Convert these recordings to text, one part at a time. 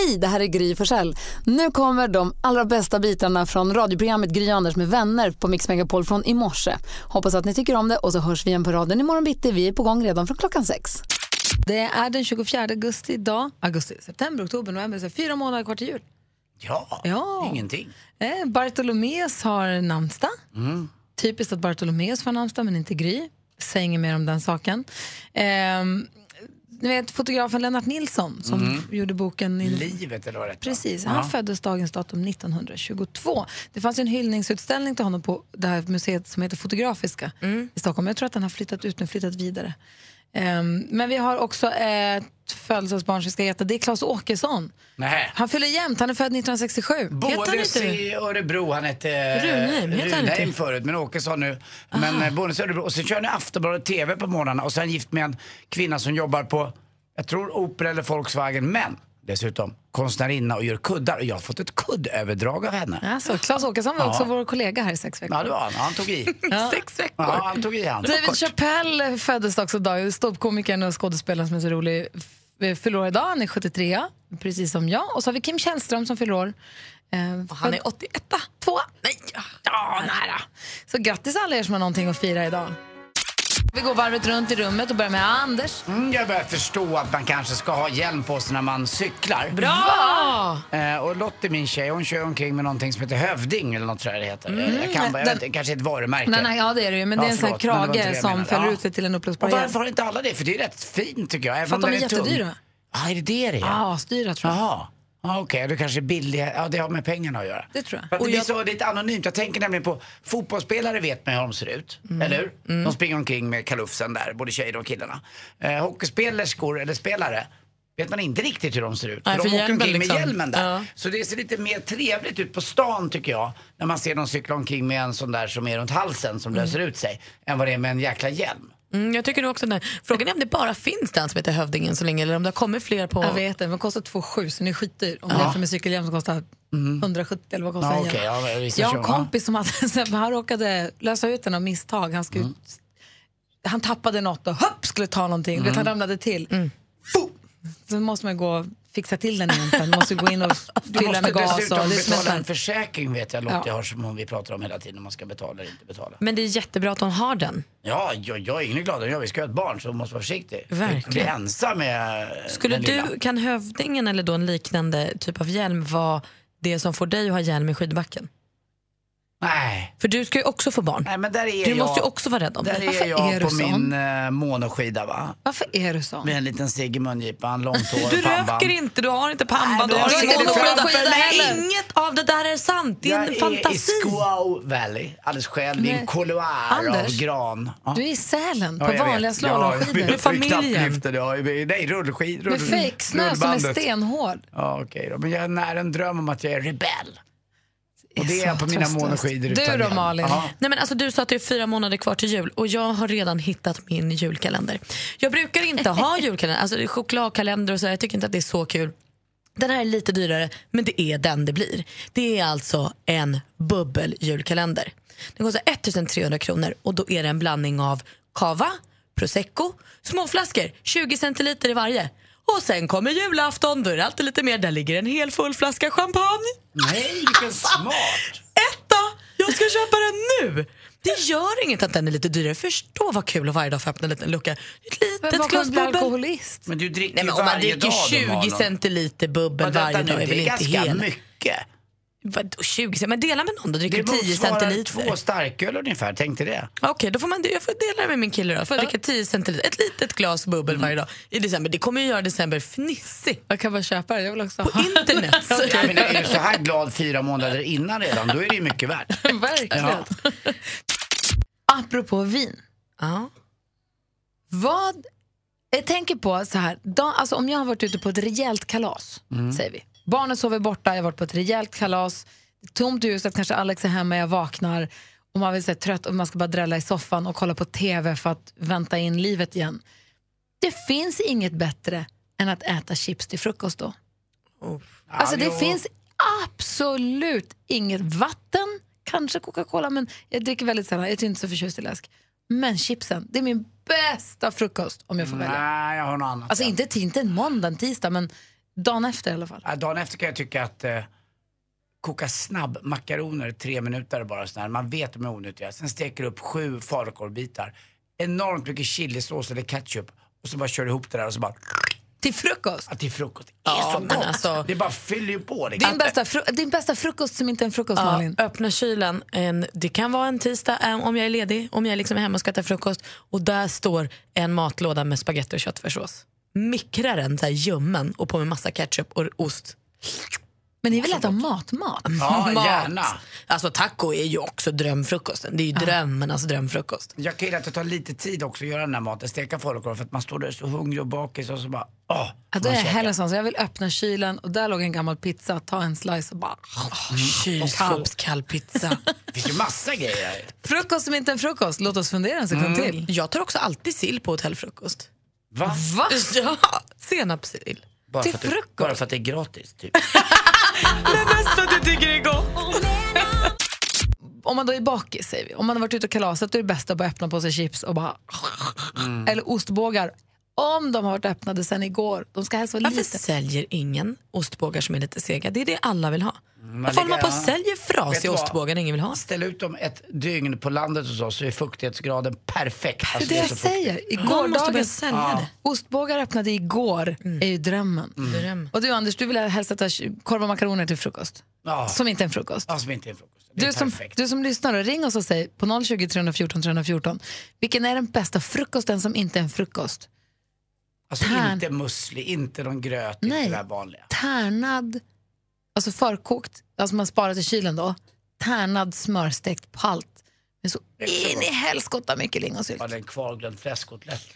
Hej, det här är Gry Forssell. Nu kommer de allra bästa bitarna från radioprogrammet Gry Anders med vänner på Mix Megapol från i morse. Hoppas att ni tycker om det och så hörs vi igen på raden imorgon bitti. Vi är på gång redan från 6:00. Det är den 24 augusti idag. September, oktober, november. Så 4 månader kvar till jul. Ja. Ingenting. Bartolomeus har namnsdag. Typiskt att Bartolomeus får namnsdag men inte Gry. Säg inget mer om den saken. Ni vet fotografen Lennart Nilsson som gjorde boken Livet eller vad det är. Precis, han föddes dagens datum 1922. Det fanns en hyllningsutställning till honom på det här museet som heter Fotografiska i Stockholm. Jag tror att han har flyttat vidare. Men vi har också ett födelsedagsbarn som ska heta, det är Claes Åkesson. Nej. Han fyller jämnt, han är född 1967. Boendes i Örebro, han hette Runheim förut, men Åkesson nu. Men boendes i Örebro, och så kör han Aftonbladet TV på morgonen. Och sen gift med en kvinna som jobbar på, jag tror Opel eller Volkswagen, men dessutom konstnärinna och gör kuddar. Och jag har fått ett kuddöverdrag av henne. Alltså, Claes Åkesson var också vår kollega här i 6 veckor. Ja, det var han. Han tog i. 6 veckor. Ja, han tog i han. David Chappelle föddes också idag. Ståuppkomikern och skådespelaren som är så rolig. Förlorar idag, han är 73, precis som jag. Och så har vi Kim Källström som förlorar. Han är 81. 2. Nej, nära. Så grattis alla er som har någonting att fira idag. Vi går varvet runt i rummet och börjar med Anders. Jag börjar förstå att man kanske ska ha hjälm på sig när man cyklar. Bra! Och Lottie, min tjej, hon kör omkring med någonting som heter hövding eller något, tror jag det heter. Jag vet, kanske ett varumärke. Nej, ja det är det ju, men det är en sån här krage som fäller ut sig till en uppblåsbar hjälm. Och varför har inte alla det? För det är rätt fint tycker jag. För att de är jättedyra. Ja, är det det? Ja, styra tror jag. Jaha. Okej, det kanske är billiga. Ja, det har med pengarna att göra. Det tror jag. Och det är så lite anonymt. Jag tänker nämligen på fotbollsspelare, vet man hur de ser ut. Eller hur? De springer omkring med kalufsen där, både tjejer och killarna. Hockeyspelerskor eller spelare vet man inte riktigt hur de ser ut. Nej, för de åker omkring liksom med hjälmen där. Ja. Så det ser lite mer trevligt ut på stan tycker jag. När man ser dem cykla omkring med en sån där som är runt halsen som löser ut sig. Än vad det är med en jäkla hjälm. Jag tycker nog också frågan är om det bara finns den som heter hövdingen så länge eller om det kommer fler på. Jag vet det, men kostar 2,7 så ni skiter om det är för med cykelhjälm som kostar 170 eller vad kostar okay, jag har en kompis som han råkade lösa ut den av misstag. Han tappade något och skulle ta någonting. Han ramlade till. Så måste man gå och fixa till den igen. Man måste gå in och fylla med gas. Du måste dessutom betala en försäkring, vet jag Lottie har, som vi pratar om hela tiden. Om man ska betala eller inte betala. Men det är jättebra att hon har den. Ja, jag är ingen glad än jag. Vi ska ha ett barn så måste vara försiktig. Verkligen. Bli ensam med kan hövdingen eller då en liknande typ av hjälm vara det som får dig att ha hjälm i skidbacken? Nej. För du ska ju också få barn. Nej, men där är du måste ju också vara rädd om det. Där är jag på min monoskida, va? Varför är du så? Med en liten cigg i mungipan, långt hår, du pannband. röker inte, du har inte pannband. Du har inte monoskida heller. Inget av det där är sant. Det är en fantasi. Jag är i Squaw Valley, alldeles själv i en couloir av gran. Du är i Sälen på vanliga slalomskidor. Med familjen. Nej, rullskidor. Med fejksnö som är stenhård. Ja, okej då. Men jag är nära en dröm om att jag är rebell. Och det är på mina monoskidor. Du då, Malin? Nej, men alltså, du sa att det är 4 månader kvar till jul. Och jag har redan hittat min julkalender. Jag brukar inte ha julkalender. Alltså det är chokladkalender och så. Jag tycker inte att det är så kul. Den här är lite dyrare, men det är den det blir. Det är alltså en bubbel-julkalender. Den kostar 1300 kronor. Och då är det en blandning av cava, prosecco, småflaskor, 20 centiliter i varje. Och sen kommer julafton, då är det alltid lite mer. Där ligger en hel full flaska champagne. Nej, vilken smart. Jag ska köpa den nu. Det gör inget att den är lite dyrare. Förstå vad kul att varje dag få öppna en liten lucka. Ett litet glas bubbel. Alkoholist? Men du dricker om man dricker 20 centiliter bubbel varje dag är väl inte helt. Det är ganska mycket. 20, men dela med någon då, dricker 10 centiliter. 2 starköl ungefär, tänkte det. Okej, då får jag får dela med min kille då. Får dricka 10 centiliter, ett litet glas bubbel varje dag i december. Det kommer ju göra december fnissig. Jag kan bara köpa det, jag vill också på internet. Jag menar, är du så här glad 4 månader innan redan, då är det ju mycket värt. Verkligen. Ja. Apropå vin. Jag tänker på så här, alltså om jag har varit ute på ett rejält kalas, säger vi. Barnen sover borta, jag har varit på ett rejält kalas. Tomt i huset, kanske Alex är hemma, jag vaknar och man vill säga trött och man ska bara drälla i soffan och kolla på tv för att vänta in livet igen. Det finns inget bättre än att äta chips till frukost då. Alltså det finns absolut inget vatten, kanske Coca-Cola, men jag dricker väldigt sällan, jag är inte så förtjust i läsk. Men chipsen, det är min bästa frukost om jag får välja. Nej, jag har något annat. Alltså inte en måndag, en tisdag, men Dagen efter i alla fall. Ja, dagen efter kan jag tycka att koka snabb makaroner 3 minuter bara sådär. Man vet att de är onyttiga. Sen steker upp 7 falukorvbitar. Enormt mycket chilisås eller ketchup. Och så bara kör ihop det där och så bara... Till frukost? Ja, till frukost. Det är så gott. Alltså, det bara fyller ju på. Liksom. Din bästa frukost som inte är en frukost, Malin? Öppna kylen. Det kan vara en tisdag om jag är ledig. Om jag är liksom hemma och ska äta frukost. Och där står en matlåda med spagetti och köttfärssås. Mikrar den så här ljummen och på med massa ketchup och ost. Men ni vill äta mat? Ja, gärna. Alltså taco är ju också drömfrukosten. Det är ju drömmarnas drömfrukost. Jag kan ju att det tar lite tid också att göra den här maten. Steka falukorv för att man står där så hungrig och bakis och så bara... Ja, då är jag heller sån, så jag vill öppna kylen och där låg en gammal pizza. Ta en slice och bara... Kall pizza. Det finns ju massa grejer här. Frukost som inte är en frukost. Låt oss fundera en sekund till. Jag tar också alltid sill på hotellfrukost. Va? Ja, senapssill. Bara för att det är gratis, typ. Det är mest för att du tycker det är gott. Om man då är bakis, säger vi. Om man har varit ute och kalasat, då är det bästa att bara öppna på sig chips och bara... Eller ostbågar. Om de har varit öppnade sen igår. De ska helst vara Varför lite... säljer ingen ostbågar som är lite sega? Det är det alla vill ha. Varför håller man på och ja. säljer frasiga ostbågar ingen vill ha? Ställ ut dem ett dygn på landet hos oss så är fuktighetsgraden perfekt. Alltså, Det är det jag säger. Igår måste börja dagen... sälja det. Ostbågar öppnade igår är ju drömmen. Dröm. Och du Anders, du vill helst äta korv och makaroner till frukost. Ja. Som inte är en frukost. Ja, som inte är en frukost. Det är perfekt. Du som lyssnar och ring oss och säg på 020 314 314. Vilken är den bästa frukosten som inte är en frukost? Alltså inte musli, inte någon gröt, Nej. inte det där vanliga. Tärnad, alltså förkokt, alltså man sparar till kylen då. Tärnad smörstekt palt. Men så in i helskotta mycket lingonsylt. Ja, den kvarglömd fläskkotlett.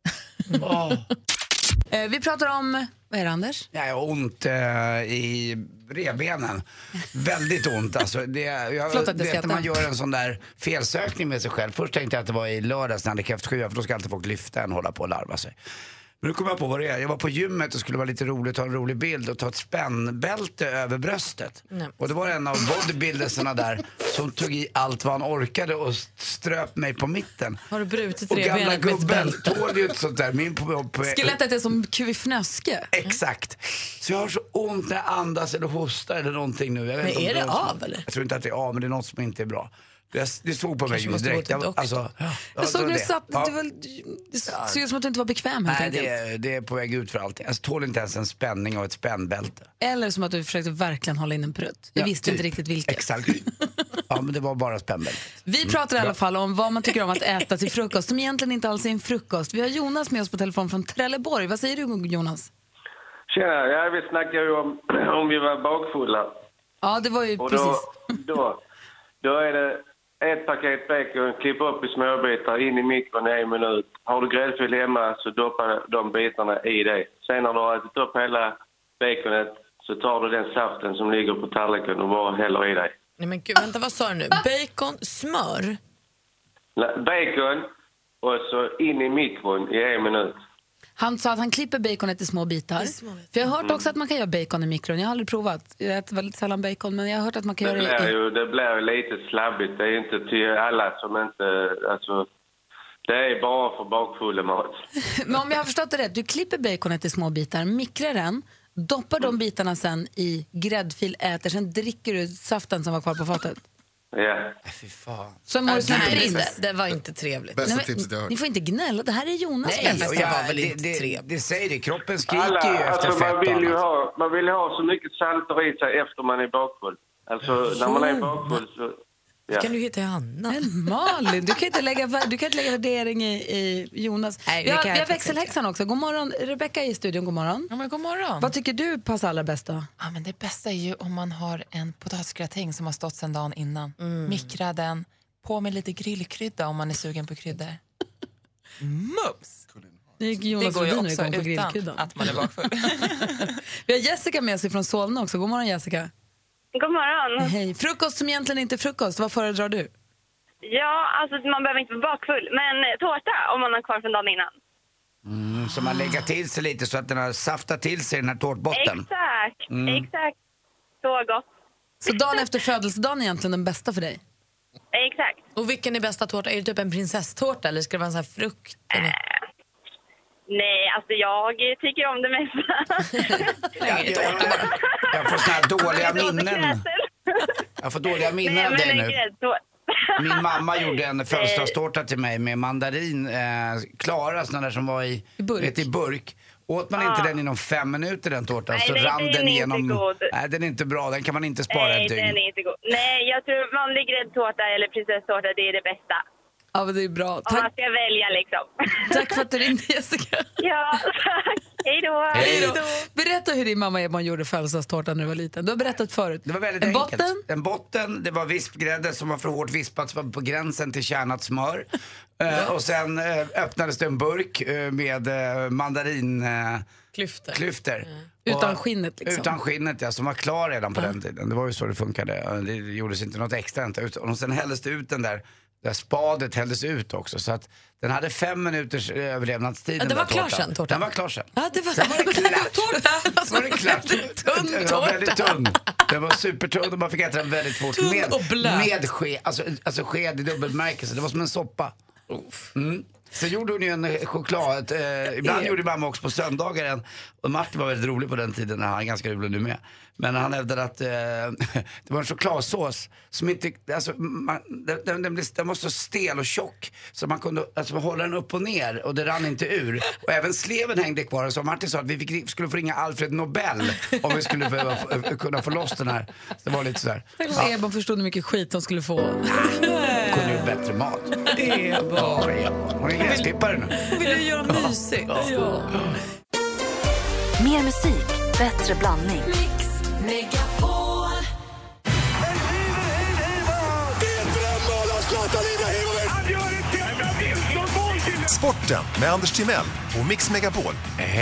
Vi pratar om, vad är det Anders? Jag har ont i revbenen. Väldigt ont alltså. Förlåt att jag vet när man gör en sån där felsökning med sig själv. Först tänkte jag att det var i lördags när jag hade kräftsjuka, för då ska alltid folk lyfta en och hålla på och larva sig. Men nu kom jag på vad det är. Jag var på gymmet och skulle vara lite roligt, ta en rolig bild och ta ett spännbälte över bröstet. Nej. Och det var en av bodybuildersarna där som tog i allt vad han orkade och ströp mig på mitten. Har du brutit Och gamla revbenet med ett gubben bälte? tål ju inte sånt där. Skelettet är som kuvifnöske. Exakt. Så jag har så ont när jag andas eller hostar eller någonting nu. Jag vet Men inte är om det något av eller? Jag tror inte att det är av, men det är något som inte är bra. Det såg på mig Kanske måste direkt. gå till doktorn. Jag såg du satt, Ja. det såg ut som att du inte var bekväm helt Nej, enkelt. det är på väg ut för allting. Jag tål inte ens en spänning och ett spännbälte. Eller som att du försökte verkligen hålla in en prutt. Jag visste inte riktigt vilket. Exakt. Ja, men det var bara spännbältet. Vi pratar i alla fall om vad man tycker om att äta till frukost, som egentligen inte alls är en frukost. Vi har Jonas med oss på telefon från Trelleborg. Vad säger du, Jonas? Tjena, vi snackade ju om vi var bakfulla. Ja, det var ju Och precis. då är det ett paket bacon, klippa upp i småbitar, in i mikron i 1 minut. Har du gräddfil hemma så doppar de bitarna i det. Sen när du har ätit upp hela baconet så tar du den saften som ligger på tallriken och bara häller i dig. Nej men gud, vänta, vad sa du nu? Bacon, smör? Bacon och så in i mikron i 1 minut. Han sa att han klipper baconet i små bitar. För jag har hört också att man kan göra bacon i mikron. Jag har aldrig provat. Jag äter väldigt sällan bacon, men jag har hört att man kan göra det. Det blir lite slabbigt. Det är inte till alla som inte... Alltså, det är bara för bakfulla mat. Men om jag har förstått det rätt, du klipper baconet i små bitar, mikrar den, doppar de bitarna sen i gräddfil, äter, sen dricker du saften som var kvar på fatet. Ja. Fy fan. Så mår du som en prins. Det var inte trevligt. Bästa Nej, tipset jag har ni hört. får inte gnälla, det här är Jonas Nej, bästa. det var väl inte trevligt. Det säger det, kroppen skriker ju efter Alltså, fett och annat. man vill ha så mycket salter i sig efter man är bakfull. Alltså, när man är bakfull så... Ja. Kan du hitta Anna? Men Malin, du kan inte lägga värdering i Jonas. Nej, vi det har kan jag faktiskt växelhäxan också. God morgon, Rebecka i studion, god morgon. Ja, men god morgon. Vad tycker du passar allra bäst då? Ja, men det bästa är ju om man har en potatisgratäng som har stått sedan dagen innan. Mikra den, på med lite grillkrydda om man är sugen på kryddor. Mums! Nu gick Jonas Det går ju förbi när också vi kom på utan grillkryddan. att man är bakfull. Vi har Jessica med sig från Solna också. God morgon Jessica. God morgon. Hej. Frukost som egentligen inte är frukost, vad föredrar du? Ja, alltså man behöver inte vara bakfull, men tårta om man har kvar från dagen innan. Så man lägger till sig lite så att den har saftat till sig den här tårtbotten. Exakt. Så gott. Så dagen efter födelsedagen är egentligen den bästa för dig? Exakt. Och vilken är bästa tårta? Är det typ en prinsesstårta eller ska det vara en sån här frukt? Eller? Nej, alltså jag tycker om det mesta. Jag får såna här dåliga minnen. Jag får dåliga minnen av dig nu. Min mamma gjorde en födelsedagstårta till mig med mandarin, Klara, såna där som var i burk. Åt man inte den inom 5 minuter, den tårtan, så rann den igenom. Nej, den är inte bra, den kan man inte spara ett dygn. Nej, den är inte god. Nej, jag tror vanlig gräddtårta eller prinsesstårta, det är det bästa. Ja, men det är bra. Tack. Om man ska välja liksom. Tack för att du ringde, Jessica. Ja, tack. Hej då. Hej då. Berätta hur din mamma Edman gjorde födelsedagstårta när du var liten. Du har berättat förut. Det var väldigt enkelt. En botten, det var vispgrädde som var för hårt vispat, som var på gränsen till kärnat smör. Och sen öppnades det en burk med mandarinklyfter. Utan skinnet liksom. Utan skinnet, ja, som var klar redan på den tiden. Det var ju så det funkade. Det gjordes inte något extra. Och sen hälldes det ut den där spadet hälldes ut också, så att den hade 5 minuters överlevnadstid. Ja, det var klar sen, tårtan. Den var klar sen. Ja, det var det klart. Tårta. Så var det klart. Tunn tårta. Väldigt tunn. Den var supertunn och man fick äta den väldigt fort. Med sked, alltså sked i dubbelmärkelse. Det var som en soppa. Så gjorde hon ju en choklad. Ibland gjorde mamma också på söndagar. Och Martin var väldigt rolig på den tiden. Han är ganska rolig nu med. Men han hävdade att det var en chokladsås som inte, alltså, den var så stel och tjock så man kunde hålla den upp och ner och det rann inte ur. Och även sleven hängde kvar. Så Martin sa att vi skulle få ringa Alfred Nobel om vi skulle kunna få loss den här. Det var lite sådär. Ebon förstod hur mycket skit de skulle få. Kunde ju bättre mat. Hon är gräsklippare nu. Hon vill ju göra mysigt. Ja. Mer musik, bättre blandning. Sporten med Anders Timell och Mix Megapol.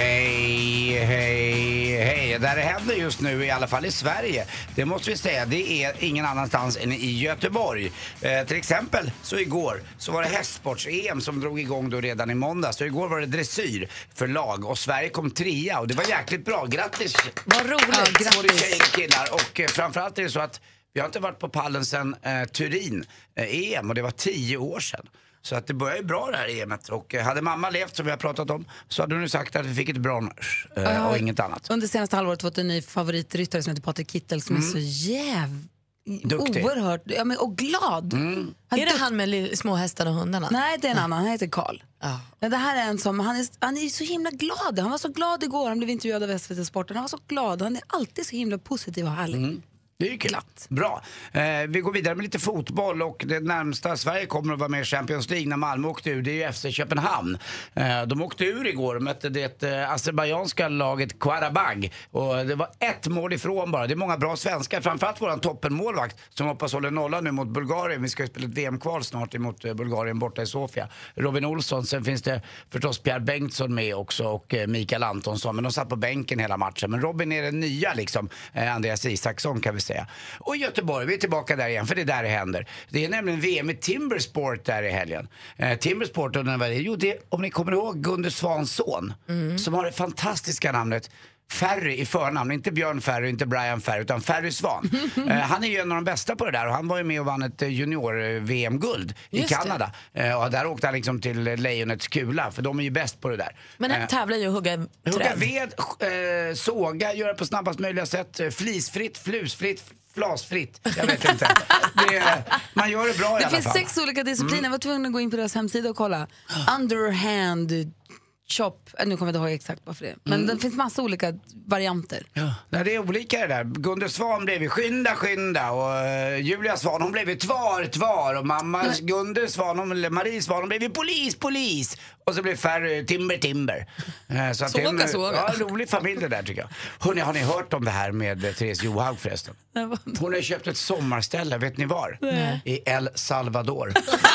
Hej. Där det händer just nu, i alla fall i Sverige, det måste vi säga, det är ingen annanstans än i Göteborg. Till exempel så igår så var det hästsports-EM som drog igång då redan i måndags. Så igår var det dressyr för lag och Sverige kom 3 och det var jäkligt bra. Grattis! Vad roligt! Grattis! Både tjejer och killar. Och framförallt är det så att vi har inte varit på pallen sedan Turin EM och det var 10 år sedan. Så att det börjar ju bra det här EMet. Och hade mamma levt som vi har pratat om så hade hon ju sagt att vi fick ett brons och inget annat. Under senaste halvåret var det en ny favoritryttare som heter Patrik Kittel som är så duktig. Oerhört och glad. Är det han med små hästar och hundarna? Nej, det är en annan. Han heter Karl. Men det här är en som, han är så himla glad. Han var så glad igår, han blev intervjuad av SVT Sporten. Han var så glad, han är alltid så himla positiv och härlig. Det är ju kul. Bra. Vi går vidare med lite fotboll och det närmsta Sverige kommer att vara med i Champions League när Malmö åkte ur. Det är ju FC Köpenhamn. De åkte ur igår och mötte det azerbajdzjanska laget Qarabag. Och det var 1 mål ifrån bara. Det är många bra svenskar. Framförallt våran toppenmålvakt som hoppas håller nollan nu mot Bulgarien. Vi ska ju spela ett VM-kval snart emot Bulgarien borta i Sofia. Robin Olsson. Sen finns det förstås Pierre Bengtsson med också och Mikael Antonsson. Men de satt på bänken hela matchen. Men Robin är den nya liksom. Andreas Isaksson kan vi säga. Och Göteborg, vi är tillbaka där igen för det är där det händer. Det är nämligen VM i Timbersport där i helgen. Timbersport, om ni kommer ihåg Gunde Svans son som har det fantastiska namnet Ferry i förnamn, inte Björn Ferry, inte Brian Ferry utan Ferry Svan. Han är ju en av de bästa på det där och han var ju med och vann ett junior-VM-guld i Kanada. Och där åkte han liksom till Lejonets kula för de är ju bäst på det där. Men han tävlar ju att hugga ved, såga, göra på snabbast möjliga sätt, flisfritt, flusfritt, flasfritt, jag vet inte. Man gör det bra i alla fall. Det finns 6 olika discipliner, jag var tvungen att gå in på deras hemsida och kolla. Underhand chop, nu kommer jag inte ihåg exakt varför det. Men det finns massa olika varianter. Ja. Nej, det är olika det där. Gunde Svan blev ju skynda och Julia Svan hon blev ju tvar och mamma Gunde Svan, eller Marie Svan hon blev ju polis och så blev Ferry timber. Så att såga. Ja, rolig familj det där tycker jag. Hörrni, har ni hört om det här med Therese Johaug förresten? Hon har köpt ett sommarställe, vet ni var? I El Salvador.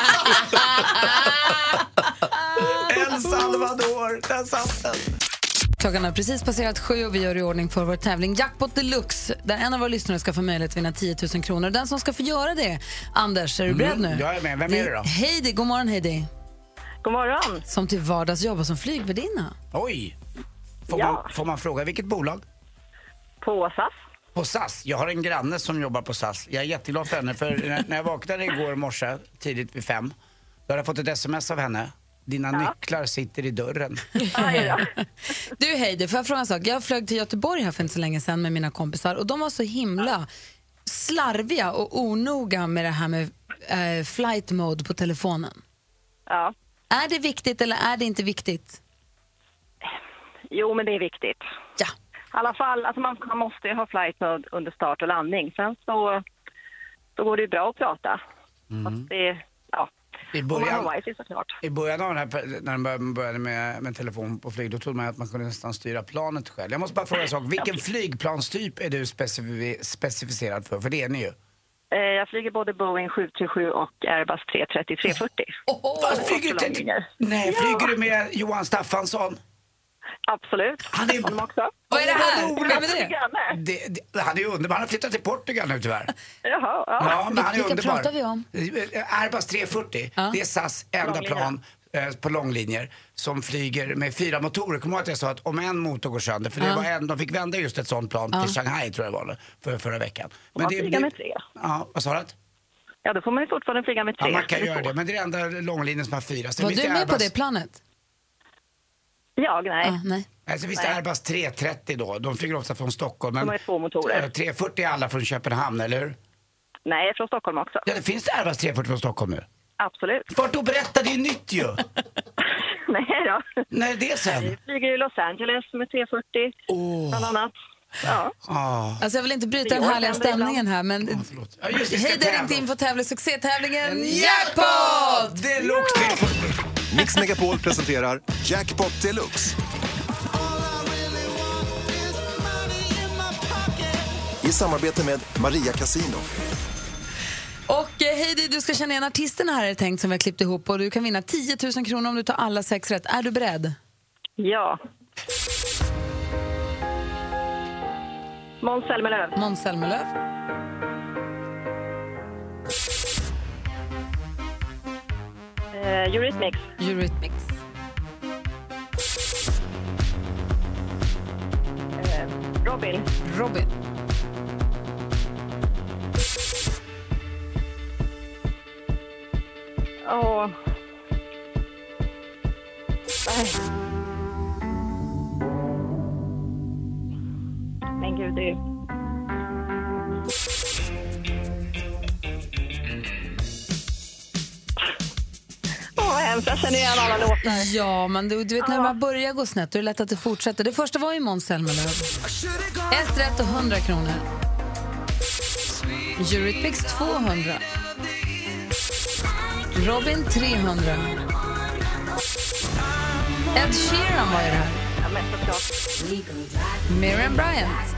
El Salvador, där satt den. Klockan har precis passerat 7 och vi gör i ordning för vår tävling Jackpot Deluxe där en av våra lyssnare ska få möjlighet att vinna 10 000 kronor. Den som ska få göra det, Anders, är du beredd nu? Jag är med, vem är det då? Heidi, god morgon Heidi. God morgon. Som till vardags jobbar som flygvärdinna. Oj, får man fråga vilket bolag? På SAS. På SAS. Jag har en granne som jobbar på SAS. Jag är jätteglad för henne för när jag vaknade igår morse tidigt vid 5 då hade jag fått ett sms av henne Dina nycklar sitter i dörren. Du Heidi, får jag fråga en sak? Jag flög till Göteborg här för inte så länge sedan med mina kompisar och de var så himla slarviga och onoga med det här med flight mode på telefonen. Ja. Är det viktigt eller är det inte viktigt? Jo, men det är viktigt. Ja. I alla fall, alltså man måste ju ha flight mode under start och landning. Sen så går det ju bra att prata. Fast det, I början av den här, när man började med telefon på flyg, då trodde man att man kunde nästan styra planet själv. Jag måste bara fråga en sak, vilken flygplanstyp är du specificerad för? För det är ni ju. Jag flyger både Boeing 737 och Airbus 330-340. Vad flyger du? Nej, flyger du med Johan Staffansson? Absolut. Han är också. Vad är det här? Han är ju underbar. Han har flyttat till Portugal nu tyvärr. Jaha, ja, men han är vilka underbar. pratar vi om? Airbus 340, det är SAS enda plan på långlinjer som flyger med 4 motorer. Kommer ihåg att jag sa att om en motor går sönder, för det var de fick vända just ett sånt plan till Shanghai tror jag var det, förra veckan. Men man flyger med 3. Ja, vad sa du? Ja, då får man ju fortfarande flyga med 3. Ja, man kan göra det, men det är enda långlinjen som har 4. Var du med på det planet? Nej. Alltså visst är Airbus 330 då, de flyger ofta från Stockholm. Men de har 2 motorer. 340 är alla från Köpenhamn, eller hur? Nej, från Stockholm också. Ja, det finns det Airbus 340 från Stockholm nu? Absolut. Vart då? Berätta, det är nytt ju! Nej då. När är det sen? Vi flyger i Los Angeles med 340, bland annat. Ja. Alltså jag vill inte bryta den härliga stämningen här, men Heidi ringt in på succétävlingen Jackpot! Deluxe! Mix Megapol presenterar Jackpot Deluxe. I samarbete med Maria Casino. Och Heidi, du ska känna igen artisterna här är tänkt som vi har klippt ihop och du kan vinna 10 000 kronor om du tar alla 6 rätt. Är du beredd? Ja. Måns Zelmerlöw. Måns Zelmerlöw. Eurythmics. Eurythmics. Robin. Robin. Nej. Men gud, det är... Jag känner igen alla låtar. Ja, men du vet när man börjar gå snett då är det lätt att det fortsätter. Det första var ju Måns Zelmerlöw. 1 rätt och 100 kronor. Eurythmics 200. Robin 300. Ed Sheeran var ju det här. Ja, men såklart. Miriam Bryant.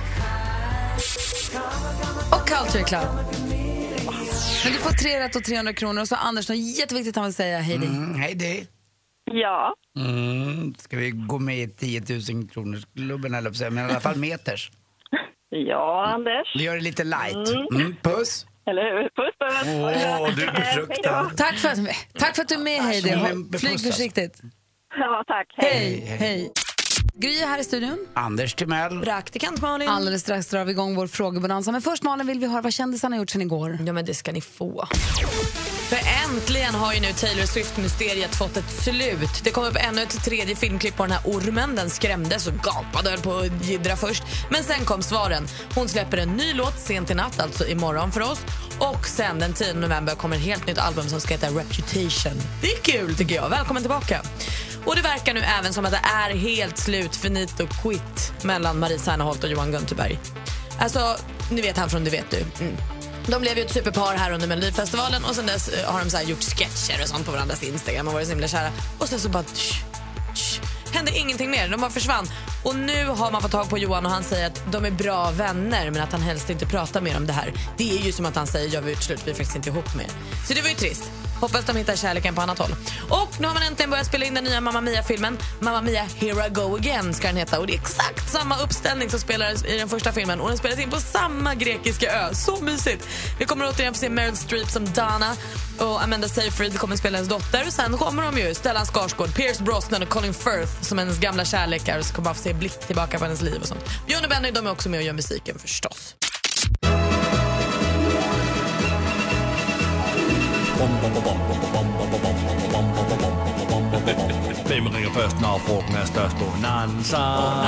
Och Culture Club. Men du får 3 rätt och 300 kronor. Och så Anders, något jätteviktigt han vill säga. Heidi. Heidi. Ja. Ska vi gå med i 10 000 kronors klubben eller så, men i alla fall meters. Ja, Anders. Vi gör det lite light. Puss. Eller hur? Puss. Du är befruktad. Tack för att du är med, Heidi. Flyg försiktigt. Ja, tack. Hej. Gry här i studion. Anders Timell. Praktikant Malin. Alldeles strax drar vi igång vår frågebonanza. Men först Malin vill vi höra vad kändisarna har gjort sen igår. Ja, men det ska ni få. För äntligen har ju nu Taylor Swift-mysteriet fått ett slut. Det kom upp ännu ett 3:e filmklipp på den här ormen. Den skrämdes och gapade på jiddra först. Men sen kom svaren. Hon släpper en ny låt sent i natt, alltså imorgon för oss. Och sen den 10 november kommer ett helt nytt album som ska heta Reputation. Det är kul tycker jag. Välkommen tillbaka. Och det verkar nu även som att det är helt slut finito quit mellan Marie Serneholt och Johan Gunterberg. Alltså, ni vet han från Du vet du. De blev ju ett superpar här under Melodifestivalen och sen dess har de så här gjort sketcher och sånt på varandras Instagram och varit så himla kära. Och sen så bara hände ingenting mer, de bara försvann. Och nu har man fått tag på Johan och han säger att de är bra vänner men att han helst inte pratar mer om det här. Det är ju som att han säger jag vill slut, vi är faktiskt inte ihop med. Så det var ju trist. Hoppas de hittar kärleken på annat håll. Och nu har man äntligen börjat spela in den nya Mamma Mia-filmen. Mamma Mia, Here I Go Again ska den heta. Och det är exakt samma uppställning som spelades i den första filmen. Och den spelas in på samma grekiska ö. Så mysigt. Vi kommer återigen få se Meryl Streep som Dana. Och Amanda Seyfried kommer spela hennes dotter. Och sen kommer de ju Stellan Skarsgård, Pierce Brosnan och Colin Firth som hennes gamla kärlekar. Och så kommer man få se blick tillbaka på hennes liv och sånt. Björn och Benny, de är också med och gör musiken förstås. Hvem ringer først, når frugten er størst? Bonanza.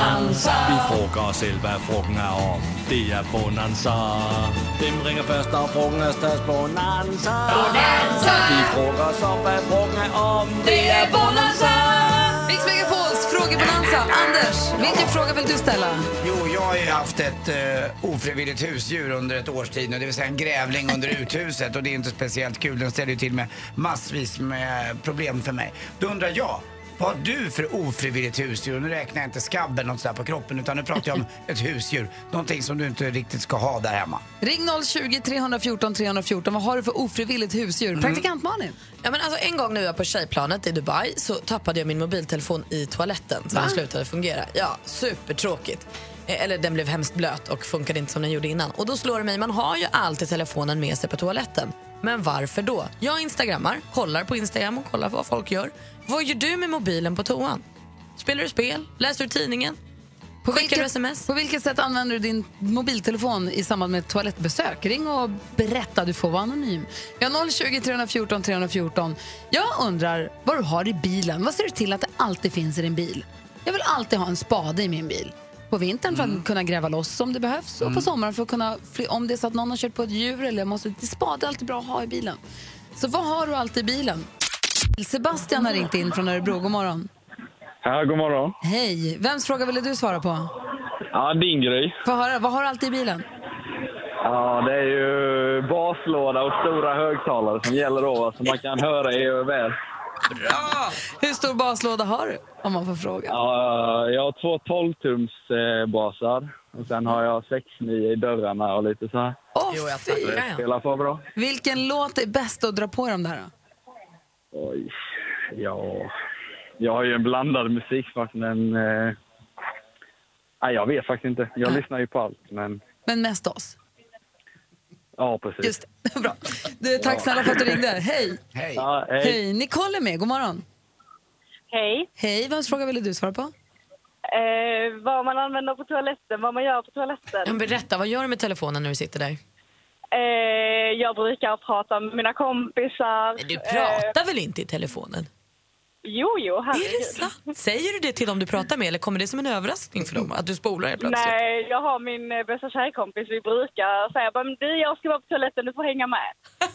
Vi frågar os selv, hvad frugten er om. Det er Bonanza. Hvem ringer først, når frugten er størst? Bonanza. Vi frågar os om, hvad frugten er om. Det er Bonanza. Mix Megapols frågebonanza. Anders, vilken fråga vill du ställa? Jo, jag har ju haft ett ofrivilligt husdjur under ett års tid nu, det vill säga en grävling under uthuset, och det är inte speciellt kul. Den ställer ju till med massvis med problem för mig. Då undrar jag, vad har du för ofrivilligt husdjur? Nu räknar jag inte skabb eller något sådär på kroppen, utan nu pratar jag om ett husdjur. Någonting som du inte riktigt ska ha där hemma. Ring 020-314 314. Vad har du för ofrivilligt husdjur? Praktikant Malin. Ja, men alltså, en gång när jag var på tjejplanet i Dubai så tappade jag min mobiltelefon i toaletten så den slutade fungera. Ja, supertråkigt. Eller den blev hemskt blöt och funkade inte som den gjorde innan. Och då slår det mig, man har ju alltid telefonen med sig på toaletten. Men varför då? Jag instagrammar, kollar på Instagram och kollar vad folk gör. Vad gör du med mobilen på toan? Spelar du spel? Läser du tidningen? Skickar du sms? På vilket sätt använder du din mobiltelefon i samband med ett toalettbesök? Ring och berätta, du får vara anonym. Vi har 020-314 314. Jag undrar vad du har i bilen. Vad ser du till att det alltid finns i din bil? Jag vill alltid ha en spade i min bil. På vintern för att kunna gräva loss om det behövs. Och på sommaren för att kunna, om det är så att någon har kört på ett djur eller måste, spade är alltid bra att ha i bilen. Så vad har du alltid i bilen? Sebastian har ringt in från Örebro. God morgon. Ja, god morgon. Hej. Vems fråga ville du svara på? Ja, din grej. Få höra, vad har du alltid i bilen? Ja, det är ju baslåda och stora högtalare som gäller då, så man kan höra er väl. Bra! Hur stor baslåda har du, om man får fråga? Ja, jag har 2 12-tums basar. Och sen har jag 6-9 i dörrarna och lite så här. Jo, jag tackar. Spelar på bra. Vilken låt är bäst att dra på dem där då? Oj, ja... Jag har ju en blandad musiksmak, men... Nej, jag vet faktiskt inte. Jag lyssnar ju på allt, men... Men mest oss? Ja, precis. Just det, bra. Du, tack snälla för att du ringde. Hej! Hej! Ja, hej. Hej, Nicole är med. God morgon. Hej. Hej, vems fråga ville du svara på? Vad man använder på toaletten, vad man gör på toaletten. Berätta, vad gör du med telefonen när du sitter där? Jag brukar prata med mina kompisar. Du pratar väl inte i telefonen? Jo, herregud. Är det sant? Säger du det till dem du pratar med, eller kommer det som en överraskning för dem att du spolar helt plötsligt? Nej, jag har min bästa tjejkompis. Vi brukar säga, men jag ska vara på toaletten, du får hänga med.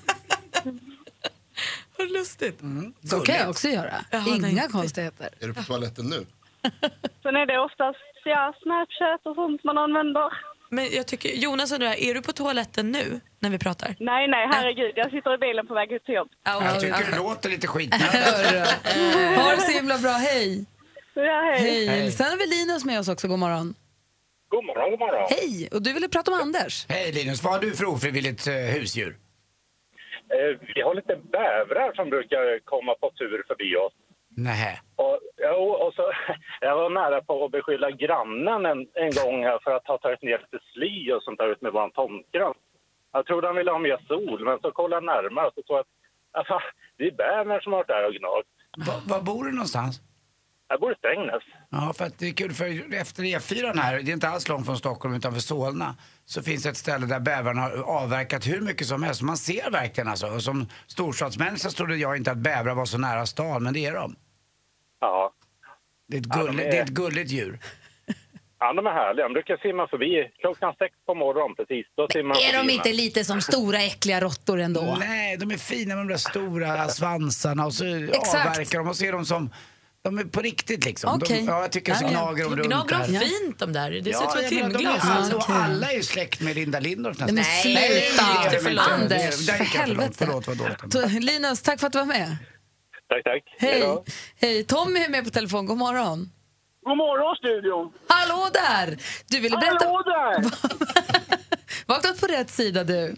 Vad lustigt. Så kan jag också göra. Inga konstigheter. Är du på toaletten nu? Sen är det oftast Snapchat och sånt man använder. Men jag tycker, Jonas undrar, är du på toaletten nu när vi pratar? Nej, herregud. Jag sitter i bilen på väg ut till jobb. Jag tycker det låter lite skit. Ha det så himla bra, hej! Ja, hej. Sen har vi Linus med oss också, god morgon. God morgon. Hej, och du ville prata om Anders. Hej Linus, vad har du för ofrivilligt husdjur? Vi har lite bävrar som brukar komma på tur förbi oss. Nej. Och så, jag var nära på att beskylla grannen en gång här för att ha tagit ner lite sly och sånt där ut med vår tomtgrann. Jag trodde han ville ha mer sol, men så kollade jag närmare och så såg att det är bävrar som har varit där och gnagt. Var bor du någonstans? Jag bor i Strängnäs. Ja, för att det är kul, för efter E4 här, det är inte alls långt från Stockholm utanför Solna, så finns det ett ställe där bävrarna har avverkat hur mycket som helst. Man ser verkligen alltså, och som storstadsmänniska trodde jag inte att bävrar var så nära stan, men det är de. Ja. Det är ett gulligt djur. Ja, de är härliga. De brukar simma förbi klockan 6 på morgonen precis. Då simmar är de inte lite som stora äckliga råttor ändå? Nej, de är fina med de där stora svansarna och så avverkar de och ser dem som... De är på riktigt liksom. Okay. Jag tycker så gnager de runt gnager där. De fint de där. Det ser ut som ett timglas. Alla är ju släkt med Linda Lindorff nästan. Men sluta! Anders, för helvete. Förlåt, vad dåligt. Linus, tack för att du var med. Tack. Hej, Tommy är med på telefon. God morgon. God morgon, studion. Hallå där! Du ville berätta... Hallå där! Vaknat på rätt sida, du.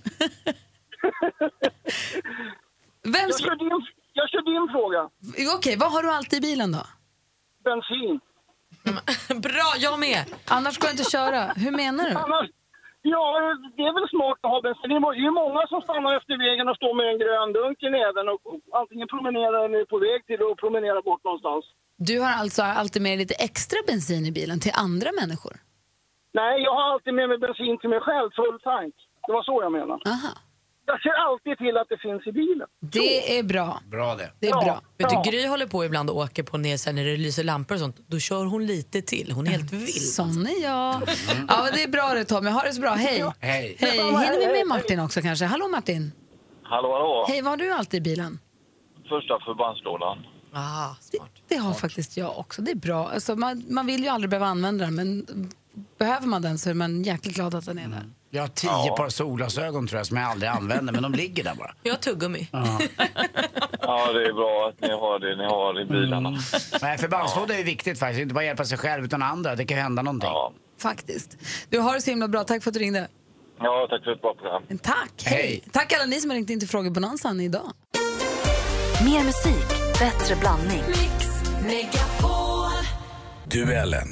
Jag kör din fråga. Okej, vad har du alltid i bilen då? Bensin. Bra, jag med. Annars går jag inte att köra. Hur menar du? Ja, det är väl smart att ha bensin. Det är ju många som stannar efter vägen och står med en grön dunk i näven och antingen promenerar eller är på väg till att promenera bort någonstans. Du har alltså alltid med lite extra bensin i bilen till andra människor? Nej, jag har alltid med mig bensin till mig själv, full tank. Det var så jag menade. Aha. Jag ser alltid till att det finns i bilen. Det är bra. Bra det. Det är bra. Vet du, Gry håller på ibland och åker på ner sen när det lyser lampor och sånt. Då kör hon lite till. Hon är helt vild. Sån är jag. Ja, men det är bra det, Tommy. Ha det så bra. Hej. Hej. Hej. Hinner vi med Martin också kanske? Hallå Martin. Hallå. Hej, vad har du alltid i bilen? Första förbandslådan. Smart. Det har faktiskt jag också. Det är bra. Alltså, man vill ju aldrig behöva använda den, men behöver man den så är man jäkligt glad att den är där. Jag har 10 par solglasögon tror jag som jag aldrig använder, men de ligger där bara. Jag har tuggummi. Ja, det är bra att ni har det i bilarna. Nej, förbandslåda är ju viktigt faktiskt. Inte bara hjälpa sig själv utan andra. Det kan ju hända någonting. Ja. Faktiskt. Du har det så himla bra. Tack för att du ringde. Ja, tack för ett bra program. Tack. Hej. Tack alla ni som har ringt in till Frågebonanzan idag. Mer musik, bättre blandning. Mix Megapol. Duellen.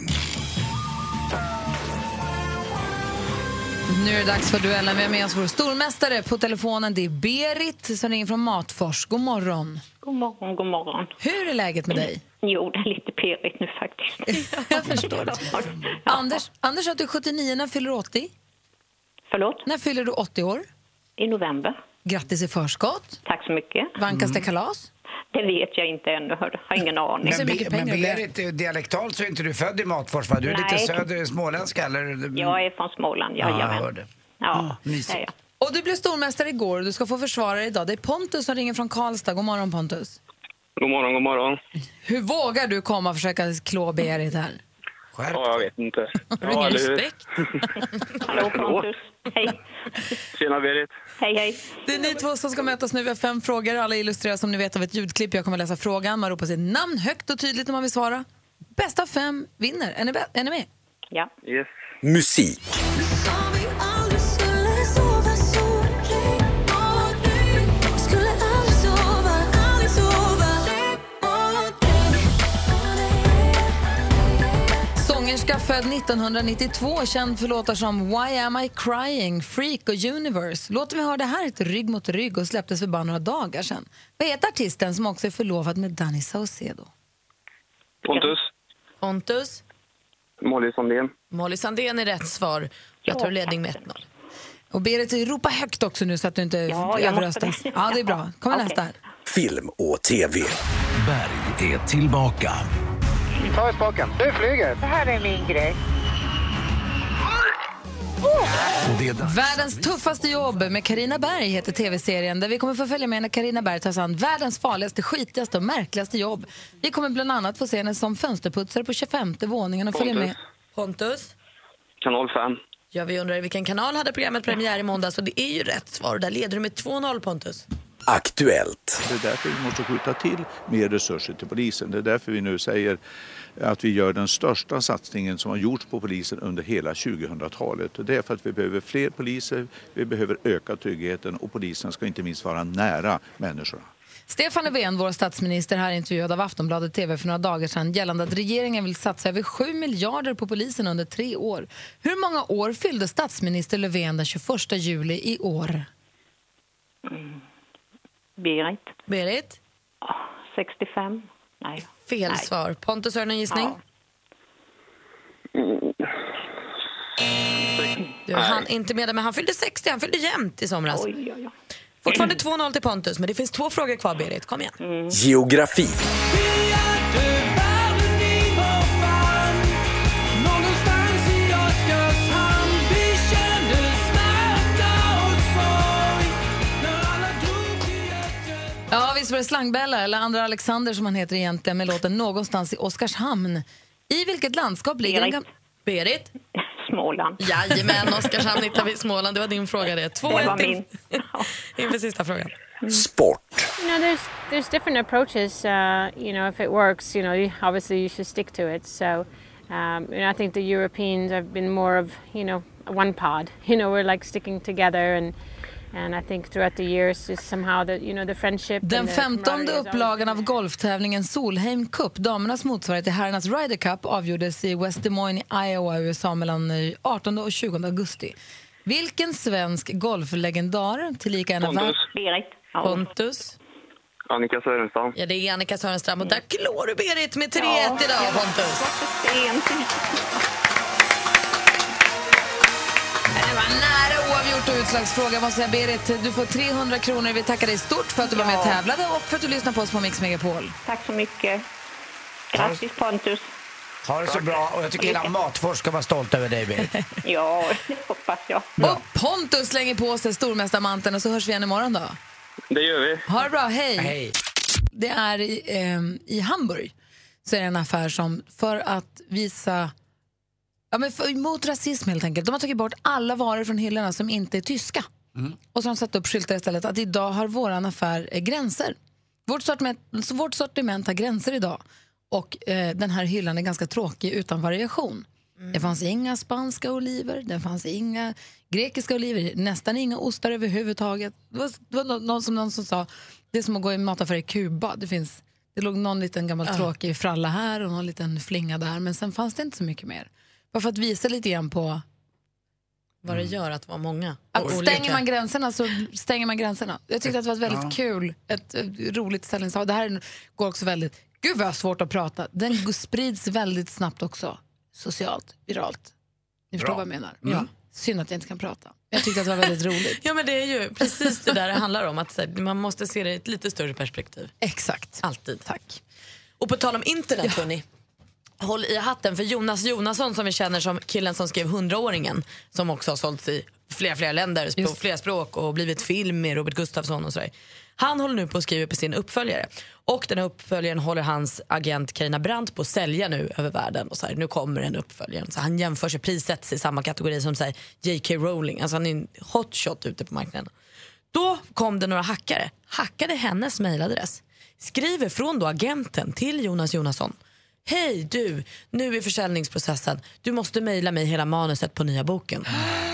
Nu är det dags för duellen. Vi har med oss vår stormästare på telefonen. Det är Berit som ringer från Matfors. God morgon. God morgon, god morgon. Hur är läget med dig? Jo, det är lite pirrigt nu faktiskt. Jag förstår det. Anders, att du är 79, när fyller du 80? Förlåt? När fyller du 80 år? I november. Grattis i förskott. Tack så mycket. Vankas det kalas? Det vet jag inte ännu, har ingen aning. Men Berit, dialektalt så är inte du född i Matfors, va? Du är lite söder småländska, eller? Jag är från Småland, jag hörde. Ja, mysigt. Och du blev stormästare igår och du ska få försvara dig idag. Det är Pontus som ringer från Karlstad. God morgon, Pontus. God morgon, god morgon. Hur vågar du komma och försöka klå Berit här? Ja, jag vet inte. Har du ingen respekt? Hallå, Pontus. Hej. Tjena, Berit. Hej, hej. Det är ni två som ska mötas nu. Vi har 5 frågor. Alla illustreras som ni vet av ett ljudklipp. Jag kommer läsa frågan. Man ropar sitt namn högt och tydligt när man vill svara. Bästa av 5 vinner. Är ni med? Ja. Yes. Musik. Sångerska född 1992, känd för låtar som Why Am I Crying, Freak och Universe. Låten vi hörde här ett Rygg mot rygg och släpptes för bara några dagar sedan. Vad heter artisten som också är förlovad med Danny Saucedo? Pontus. Molly Sandén. Molly Sandén är rätt svar. Jag tar ledning med 1-0. Och Berit, ropa högt också nu så att du inte överröstas. Ja, det är bra. Kommer nästa här. Film och TV. Berg är tillbaka. Ta i spaken. Du flyger. Det här är min grej. Världens tuffaste jobb med Carina Berg heter tv-serien där vi kommer få följa med när Carina Berg tar sig an världens farligaste, skitigaste och märkligaste jobb. Vi kommer bland annat få se henne som fönsterputsare på 25:e våningen och följa med. Pontus. Kanal 5. Ja, vi undrar vilken kanal hade programmet premiär i måndag, så det är ju rätt svar. Där leder du med 2-0, Pontus. Aktuellt. Det är därför vi måste skjuta till mer resurser till polisen. Det är därför vi nu säger att vi gör den största satsningen som har gjorts på polisen under hela 2000-talet. Det är för att vi behöver fler poliser, vi behöver öka tryggheten och polisen ska inte minst vara nära människorna. Stefan Löfven, vår statsminister, här intervjuad av Aftonbladet TV för några dagar sedan gällande att regeringen vill satsa över 7 miljarder på polisen under 3 år. Hur många år fyllde statsminister Löfven den 21 juli i år? Berit? 65. Nej. Fel svar. Pontus, har du en gissning? Du hann inte med det, men han fyllde 60. Han fyllde jämnt i somras. Oj. Fortfarande 2-0 till Pontus, men det finns 2 frågor kvar, Berit. Kom igen. Geografi. Ja, visst var det Slangbella, eller Andra Alexander som han heter egentligen, med låten Någonstans i Oskarshamn. I vilket landskap ligger Berit? Småland. Jajamän, Oskarshamn hittar vi i Småland. Det var din fråga det. 2-1 inför sista frågan. Sport. You know, there's different approaches. You know, if it works, you know, obviously you should stick to it. So, you know, I think the Europeans have been more of, you know, one pod. You know, we're like sticking together and I think throughout the years is somehow that, you know, the friendship. Den 15:e upplagan av golftävlingen Solheim Cup, damernas motsvarighet till herrarnas Ryder Cup, avgjordes i West Des Moines i Iowa, USA mellan 18 och 20 augusti. Vilken svensk golflegendar tillika en av Pontus. Annika Sörenstam. Ja, det är Annika Sörenstam och där klår du Berit med 3-1 idag, Pontus. Det var nära oavgjort stort och utslagsfråga. Jag måste säga, Berit, du får 300 kronor. Vi tackar dig stort för att du var med och tävlade och för att du lyssnar på oss på Mix Megapol. Tack så mycket. Grattis Pontus. Ha det så bra, och jag tycker hela Matfors ska vara stolt över dig, Berit. Ja, det hoppas jag. Och Pontus slänger på sig stormästarmanteln och så hörs vi igen imorgon då. Det gör vi. Ha det bra, hej. Hej. Det är i Hamburg så är det en affär som för att visa mot rasism helt enkelt. De har tagit bort alla varor från hyllorna som inte är tyska. Och så har de satt upp skyltar istället att idag har våran affär gränser. Vårt sortiment har gränser idag. Och den här hyllan är ganska tråkig utan variation. Det fanns inga spanska oliver, det fanns inga grekiska oliver, nästan inga ostar överhuvudtaget. Det var någon som sa, det är som att gå i en mataffär i Kuba. Det låg någon liten gammal tråkig fralla här och någon liten flinga där. Men sen fanns det inte så mycket mer. Bara för att visa lite grann på vad det gör att vara många. Att stänger man gränserna så stänger man gränserna. Jag tyckte att det var ett väldigt kul, ett roligt ställningstagande. Det här går också väldigt, gud vad svårt att prata. Den sprids väldigt snabbt också. Socialt, viralt. Ni förstår vad jag menar. Ja. Synd att jag inte kan prata. Jag tyckte att det var väldigt roligt. Ja, men det är ju precis det där det handlar om. Att man måste se det i ett lite större perspektiv. Exakt. Alltid. Tack. Och på tal om internet, hörni. Håll i hatten för Jonas Jonasson som vi känner som killen som skrev 100-åringen. Som också har sålts i flera länder på flera språk och blivit film med Robert Gustafsson och sådär. Han håller nu på att skriva på sin uppföljare. Och den här uppföljaren håller hans agent Carina Brandt på att sälja nu över världen. Och så här, nu kommer en uppföljare. Så han jämför sig, prissätts i samma kategori som så här, J.K. Rowling. Alltså han är en hotshot ute på marknaden. Då kom det några hackade hennes mejladress. Skriver från då agenten till Jonas Jonasson. Hej du, nu i försäljningsprocessen. Du måste mejla mig hela manuset på nya boken.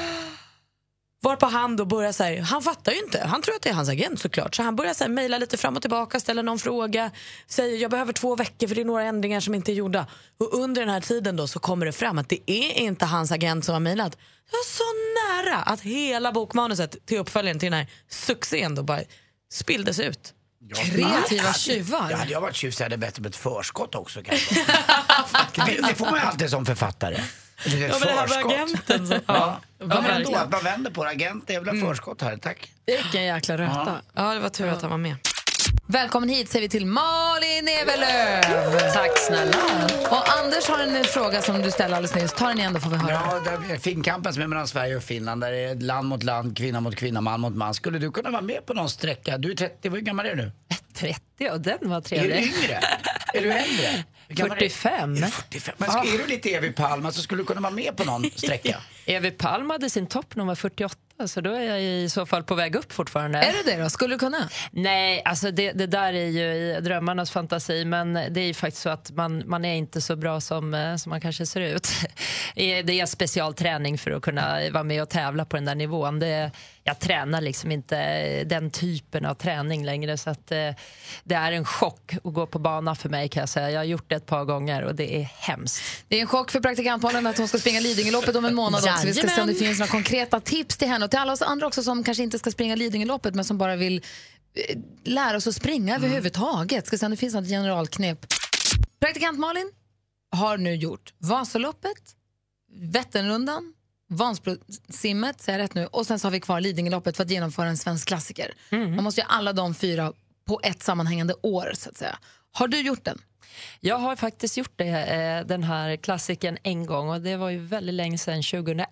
Varpå han då börjar så här, han fattar ju inte. Han tror att det är hans agent såklart. Så han börjar så här mejla lite fram och tillbaka, ställa någon fråga. Säger jag behöver 2 veckor för det är några ändringar som inte är gjorda. Och under den här tiden då så kommer det fram att det är inte hans agent som har mejlat. Jag var så nära att hela bokmanuset till uppföljaren till den här succén då bara spilldes ut. Kreativa tjuvar. Ja, hade jag varit tjuv så hade jag bättre med ett förskott också kanske. Det får man ju alltid som författare. Ja, men det här var agenten så. Men ändå att man vänder på agent, det är väl förskott här, tack. Vilken jäkla röta. Ja, det var tur att han var med. Välkommen hit säger vi till Malin Evelöv. Tack snälla. Och Anders har en fråga som du ställer alldeles nyss. Ta den igen då får vi höra. Ja, det är finkampen som är mellan Sverige och Finland. Där det är land mot land, kvinna mot kvinna, man mot man. Skulle du kunna vara med på någon sträcka? Du är 30, hur gammal är du nu? 30, och den var trevlig. Är du yngre? Är du äldre? 45. 45. Men är du lite Evi Palm så skulle du kunna vara med på någon sträcka? Evi Palm hade sin topp när hon var 48, så då är jag i så fall på väg upp fortfarande. Är det det då? Skulle du kunna? Nej, alltså det där är ju i drömmarnas fantasi, men det är ju faktiskt så att man är inte så bra som man kanske ser ut. Det är specialträning för att kunna vara med och tävla på den där nivån. Jag tränar liksom inte den typen av träning längre, så att det är en chock att gå på bana för mig, kan jag säga. Jag har gjort det ett par gånger och det är hemskt. Det är en chock för praktikantbarnen att hon ska springa Lidingöloppet om en månad också. Vi ska se om det finns några konkreta tips till henne och till alla oss andra också som kanske inte ska springa Lidingöloppet men som bara vill lära oss att springa överhuvudtaget. Ska se om det finns något generalknep. Praktikant Malin har nu gjort Vasaloppet, Vätternrundan, Vansbrosimmet, säger jag rätt nu, och sen så har vi kvar Lidingöloppet för att genomföra en svensk klassiker. Man måste ju alla de 4 på ett sammanhängande år så att säga. Har du gjort den? Jag har faktiskt gjort det, den här klassiken en gång, och det var ju väldigt länge sedan, 2001.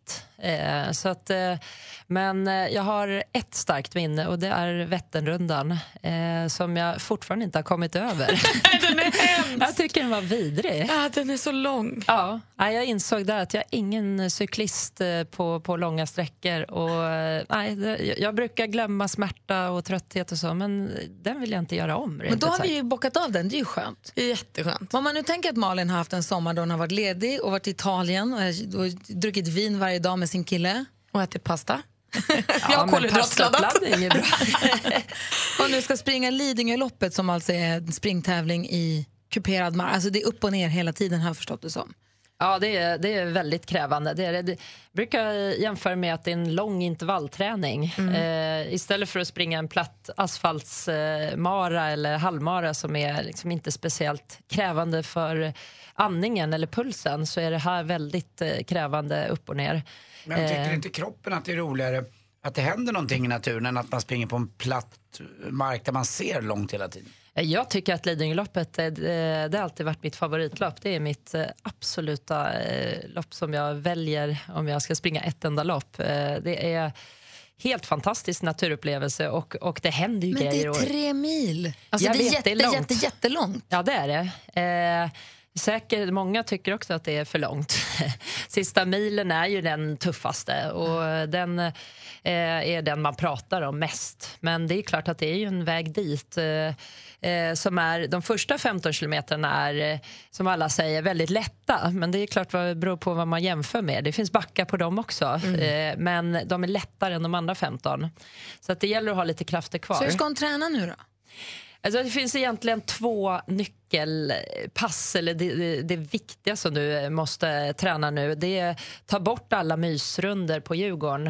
Så att, men jag har ett starkt minne och det är Vätternrundan som jag fortfarande inte har kommit över. Den är hemskt. Jag tycker den var vidrig. Ja, den är så lång. Ja, jag insåg där att jag är ingen cyklist på långa sträckor och jag brukar glömma smärta och trötthet och så, men den vill jag inte göra om. Men då har vi ju bockat av den, det är ju skönt. Det är jätteskönt. Om man nu tänker att Malin har haft en sommar då hon har varit ledig och varit i Italien och druckit vin varje dag med sin kille. Och ätit pasta. Jag har kolhydratladdat. Och nu ska springa Lidingöloppet som alltså är en springtävling i kuperad mark. Alltså det är upp och ner hela tiden, har jag förstått det som. Ja, det är väldigt krävande. Det brukar jämföra med att det är en lång intervallträning. Istället för att springa en platt asfaltsmara eller halvmara som är liksom inte speciellt krävande för andningen eller pulsen, så är det här väldigt krävande upp och ner. Men tycker inte kroppen att det är roligare att det händer någonting i naturen än att man springer på en platt mark där man ser långt hela tiden? Jag tycker att Lidingöloppet, det har alltid varit mitt favoritlopp. Det är mitt absoluta lopp som jag väljer om jag ska springa ett enda lopp. Det är helt fantastisk naturupplevelse och det händer ju grejer. Men det är 3 mil. Alltså det är jättelångt. Ja, det är det. Säkert, många tycker också att det är för långt. Sista milen är ju den tuffaste och den är den man pratar om mest. Men det är klart att det är ju en väg dit som är, de första 15 kilometerna är, som alla säger, väldigt lätta. Men det är klart vad det beror på vad man jämför med. Det finns backar på dem också. Men de är lättare än de andra 15. Så att det gäller att ha lite krafter kvar. Så hur ska hon träna nu då? Alltså det finns egentligen 2 nyckelpass, eller det viktiga som du måste träna nu. Det är ta bort alla mysrunder på Djurgården.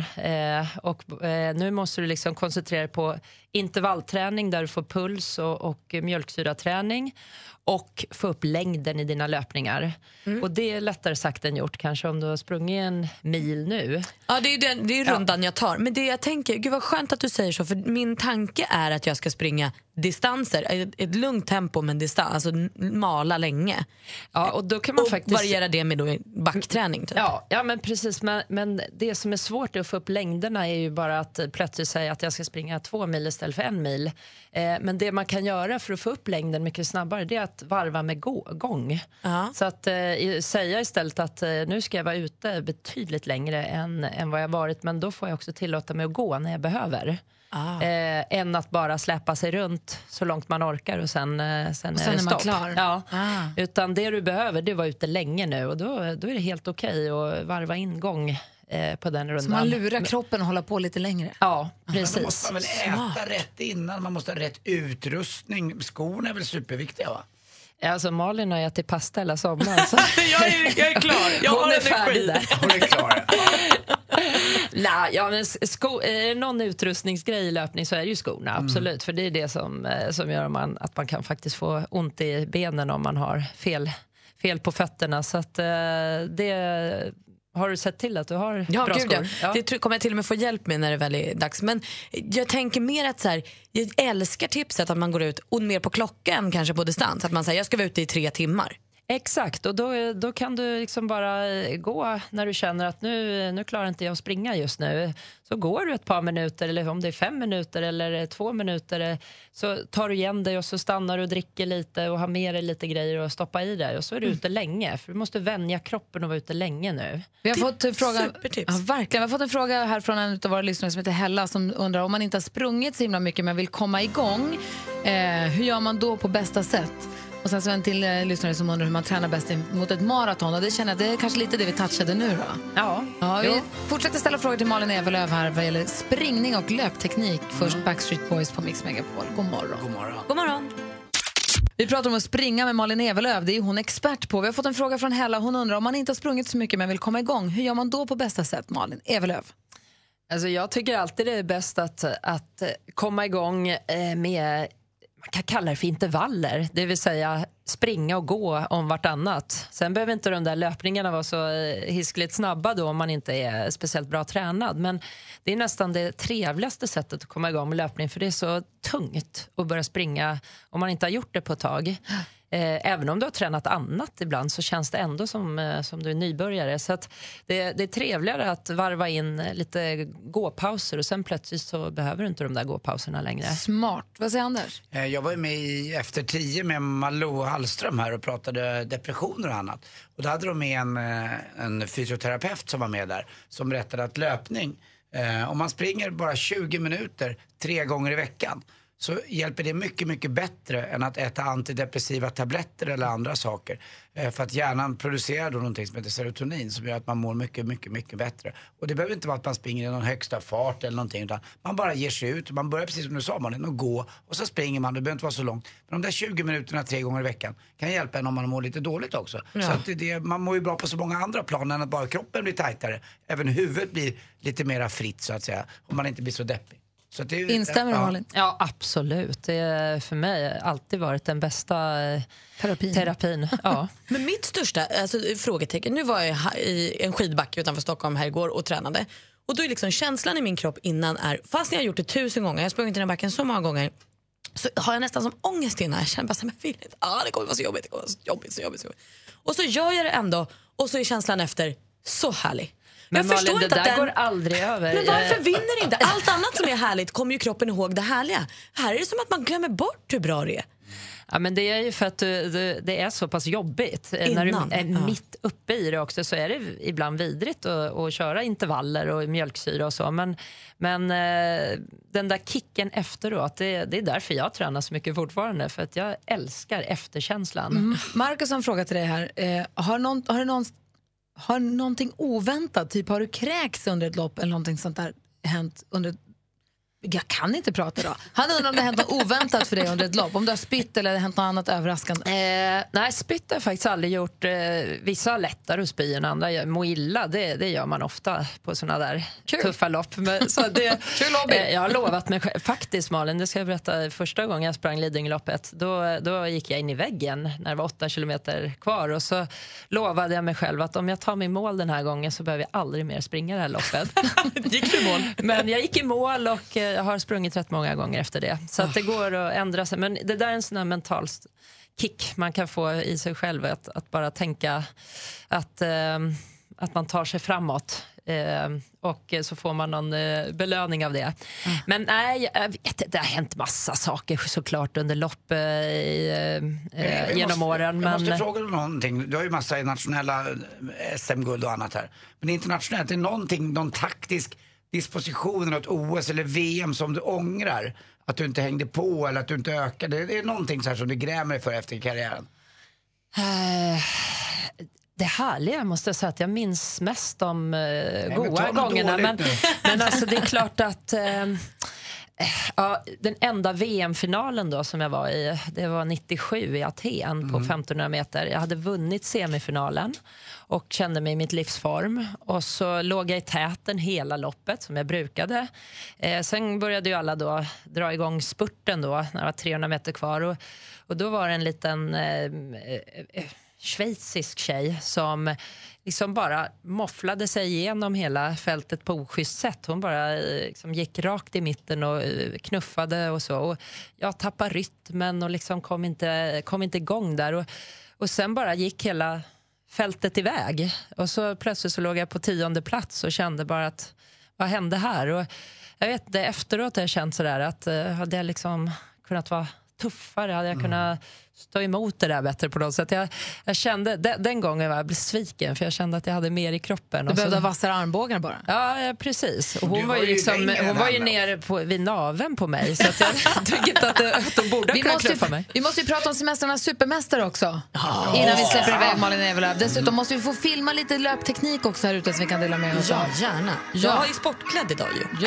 Nu måste du liksom koncentrera dig på intervallträning där du får puls och mjölksyraträning. Och få upp längden i dina löpningar. Och det är lättare sagt än gjort kanske om du har sprungit en mil nu. Ja, det är rundan jag tar. Men det jag tänker, gud vad skönt att du säger så. För min tanke är att jag ska springa distanser. Ett lugnt tempo men distans, alltså mala länge. Ja, och då kan man faktiskt variera det med då backträning typ. Ja, men precis. Men det som är svårt att få upp längderna är ju bara att plötsligt säga att jag ska springa 2 mil istället för 1 mil. Men det man kan göra för att få upp längden mycket snabbare, det är att varva med gång. Så att säga istället att nu ska jag vara ute betydligt längre än vad jag varit, men då får jag också tillåta mig att gå när jag behöver. Än att bara släppa sig runt så långt man orkar och sen är det stopp. Man klar. Ja. Utan det du behöver, det var ute länge nu och då är det helt okej att varva in gång på den rundan. Så man lurar kroppen att hålla på lite längre. Ja, precis. Men då måste man väl äta rätt innan, man måste ha rätt utrustning. Skorna är väl superviktiga, va? Alltså Malin har ätit pasta hela sommaren. Så. jag är klar. Jag har energi där. Hon är klar. Nej, men någon utrustningsgrej i löpning så är det ju skorna, absolut. För det är det som gör att man kan faktiskt få ont i benen om man har fel på fötterna. Så att det... Har du sett till att du har bra skor? Ja. Det kommer jag till och med få hjälp med när det väl är dags. Men jag tänker mer att så här, jag älskar tipset att man går ut och mer på klockan kanske på distans. Att man säger jag ska vara ute i 3 timmar. Exakt, och då kan du liksom bara gå när du känner att nu klarar inte jag att springa just nu. Så går du ett par minuter, eller om det är 5 minuter eller 2 minuter, så tar du igen dig och så stannar du och dricker lite och har med dig lite grejer och stoppa i dig. Och så är du ute länge, för du måste vänja kroppen och vara ute länge nu. Vi har fått supertips. Ja, verkligen. Vi har fått en fråga här från en av våra lyssnare som heter Hella, som undrar om man inte har sprungit så himla mycket men vill komma igång. Hur gör man då på bästa sätt? Och sen så en till lyssnare som undrar hur man tränar bäst mot ett maraton. Och det känner jag, det är kanske lite det vi touchade nu då. Ja, vi fortsätter ställa frågor till Malin Evelöv här vad gäller springning och löpteknik. Först Backstreet Boys på Mix Megapol. God morgon. God morgon. God morgon. Vi pratar om att springa med Malin Evelöv. Det är hon expert på. Vi har fått en fråga från Hella. Hon undrar om man inte har sprungit så mycket men vill komma igång. Hur gör man då på bästa sätt, Malin Evelöv? Alltså jag tycker alltid det är bäst att komma igång med... Man kan kalla det för intervaller, det vill säga springa och gå om vartannat. Sen behöver inte de där löpningarna vara så hiskligt snabba då om man inte är speciellt bra tränad. Men det är nästan det trevligaste sättet att komma igång med löpning, för det är så tungt att börja springa om man inte har gjort det på ett tag. Även om du har tränat annat ibland så känns det ändå som du är nybörjare. Så att det är trevligare att varva in lite gåpauser och sen plötsligt så behöver du inte de där gåpauserna längre. Smart. Vad säger Anders? Jag var ju med i Efter 10 med Malou Hallström här och pratade depressioner och annat. Och då hade de med en fysioterapeut som var med där som berättade att löpning, om man springer bara 20 minuter 3 gånger i veckan, så hjälper det mycket, mycket bättre än att äta antidepressiva tabletter eller andra saker. För att hjärnan producerar då någonting som heter serotonin som gör att man mår mycket, mycket, mycket bättre. Och det behöver inte vara att man springer i någon högsta fart eller någonting, utan man bara ger sig ut. Man börjar precis som du sa, man att gå och så springer man, det behöver inte vara så långt. Men de där 20 minuterna 3 gånger i veckan kan hjälpa en om man mår lite dåligt också. Ja. Så att man mår ju bra på så många andra plan än att bara kroppen blir tajtare. Även huvudet blir lite mera fritt så att säga, om man inte blir så deppig. Så det är, instämmer du, Malin? Ja, absolut. Det är för mig alltid varit den bästa terapin. Ja. Men mitt största frågetecken, nu var jag i en skidbacke utanför Stockholm här igår och tränade. Och då är liksom känslan i min kropp innan fast jag har gjort det 1000 gånger, jag har sprungit i den backen så många gånger, så har jag nästan som ångest innan. Jag känner bara så här, men vill inte. Det kommer vara så jobbigt, så jobbigt. Och så gör jag det ändå, och så är känslan efter så härlig. Men jag förstår inte att det går aldrig över. Men varför vinner inte? Allt annat som är härligt kommer ju kroppen ihåg det härliga. Här är det som att man glömmer bort hur bra det är. Ja, men det är ju för att det är så pass jobbigt. När du är mitt uppe i det också, så är det ibland vidrigt att köra intervaller och mjölksyra och så. Men den där kicken efteråt, det är därför jag tränar så mycket fortfarande. För att jag älskar efterkänslan. Marcus har en fråga till dig här. Har någonting oväntat, typ har du kräks under ett lopp eller någonting sånt där hänt under... Jag kan inte prata då. Han undrar om det har hänt något oväntat för dig under ett lopp. Om du har spytt eller hänt något annat överraskande. Nej, spytt har jag faktiskt aldrig gjort. Vissa har lättare att spy än andra. Må illa, det gör man ofta på såna där tuffa lopp. Men, så det, jag har lovat mig själv. Faktiskt, Malin, det ska jag berätta. Första gången jag sprang Lidingöloppet, då gick jag in i väggen när det var 8 kilometer kvar. Och så lovade jag mig själv att om jag tar mig mål den här gången så behöver jag aldrig mer springa det här loppet. Gick du mål? Men jag gick i mål och jag har sprungit rätt många gånger efter det. Så att det går att ändra sig. Men det där är en sån här mental kick man kan få i sig själv. Att bara tänka att man tar sig framåt. Och så får man någon belöning av det. Men nej, jag vet, det har hänt massa saker såklart under lopp genom åren. Jag måste fråga dig någonting. Du har ju massa nationella SM-guld och annat här. Men internationellt, är det någon taktisk dispositionen åt OS eller VM som du ångrar att du inte hängde på eller att du inte ökade? Det är någonting så här som du grämer dig för efter karriären. Det härliga måste jag säga att jag minns mest de goda gångerna. Men alltså det är klart att den enda VM-finalen då som jag var i, det var 97 i Aten på 1500 meter. Jag hade vunnit semifinalen och kände mig i mitt livsform. Och så låg jag i täten hela loppet som jag brukade. Sen började ju alla då dra igång spurten då när det var 300 meter kvar. Och då var det en liten schweizisk tjej som liksom bara mofflade sig igenom hela fältet på oschysst sätt. Hon bara liksom gick rakt i mitten och knuffade och så. Och jag tappade rytmen och liksom kom inte igång där. Och sen bara gick hela fältet iväg. Och så plötsligt så låg jag på 10:e plats och kände bara att vad hände här? Och jag vet det efteråt har jag känt sådär att hade jag liksom kunnat vara tuffare, hade jag kunnat stå emot det där bättre på något sätt. Jag kände, den gången var jag besviken för jag kände att jag hade mer i kroppen. Du behövde vassare armbågar bara. Ja, precis. Och hon var ju nere vid naven på mig så att jag tycker inte att de borde kunna kluffa mig. Vi måste ju prata om semestrarnas supermästare också. Innan vi släpper iväg Malin Evelöv. Dessutom måste vi få filma lite löpteknik också här ute så vi kan dela med oss. Ja, gärna. Jag har ju sportklädd idag ju. Ja.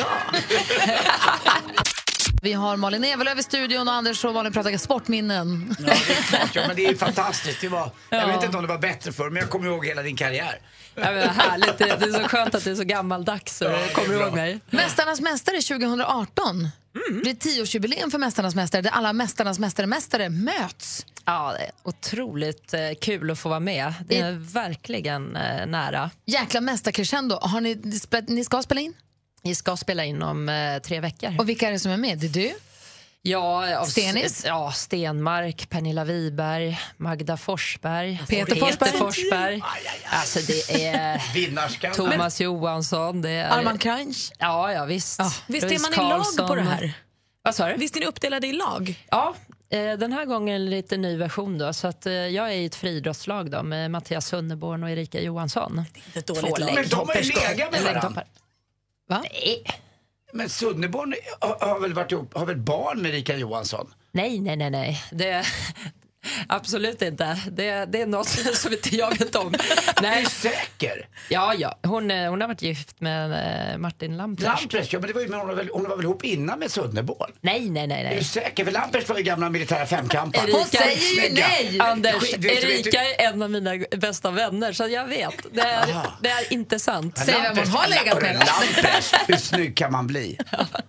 Vi har Malin Evelöv i studion och Anders och Malin pratar sportminnen. Ja, det är klart. Ja, men det är fantastiskt. Jag vet inte om det var bättre för, men jag kommer ihåg hela din karriär. Ja, men härligt. Det är så skönt att det är så gammaldags så kommer du ihåg mig. Mästarnas mästare 2018. Det blir 10-årsjubileum för Mästarnas mästare där alla Mästarnas mästare möts. Ja, det är otroligt kul att få vara med. Det är verkligen nära. Jäkla mästarcrescendo. Har ni ska spela in? Vi ska spela in om 3 veckor. Och vilka är det som är med? Det är du? Ja, Stenis? Ja, Stenmark, Pernilla Wiberg, Magda Forsberg, Peter Forsberg. Alltså det är Thomas Johansson, det är Armand Kranch. Ja, visst. Visst är man i lag på det här? Vad sa du? Visst är ni uppdelade i lag? Ja. Den här gången en lite ny version då, så att jag är i ett friidrottslag då med Mattias Sunneborn och Erika Johansson. Det är inte ett dåligt lag. Men de är ju läga med varandra. Va? Nej. Men Sunneborn har väl barn med Erika Johansson? Nej. Det absolut inte. Det är något som inte jag vet om. Nej. Är du säker? Ja. Hon har varit gift med Martin Lamprecht. Lamprecht, ja, men det var ju, hon var väl ihop innan med Sunneborn? Nej. Är du säker? För Lamprecht var ju gamla militära femkampar. Hon säger ju nej! Anders, Erika är en av mina bästa vänner, så jag vet. Det är inte sant. Säg vem hon har legat med. Lamprecht, hur snygg kan man bli?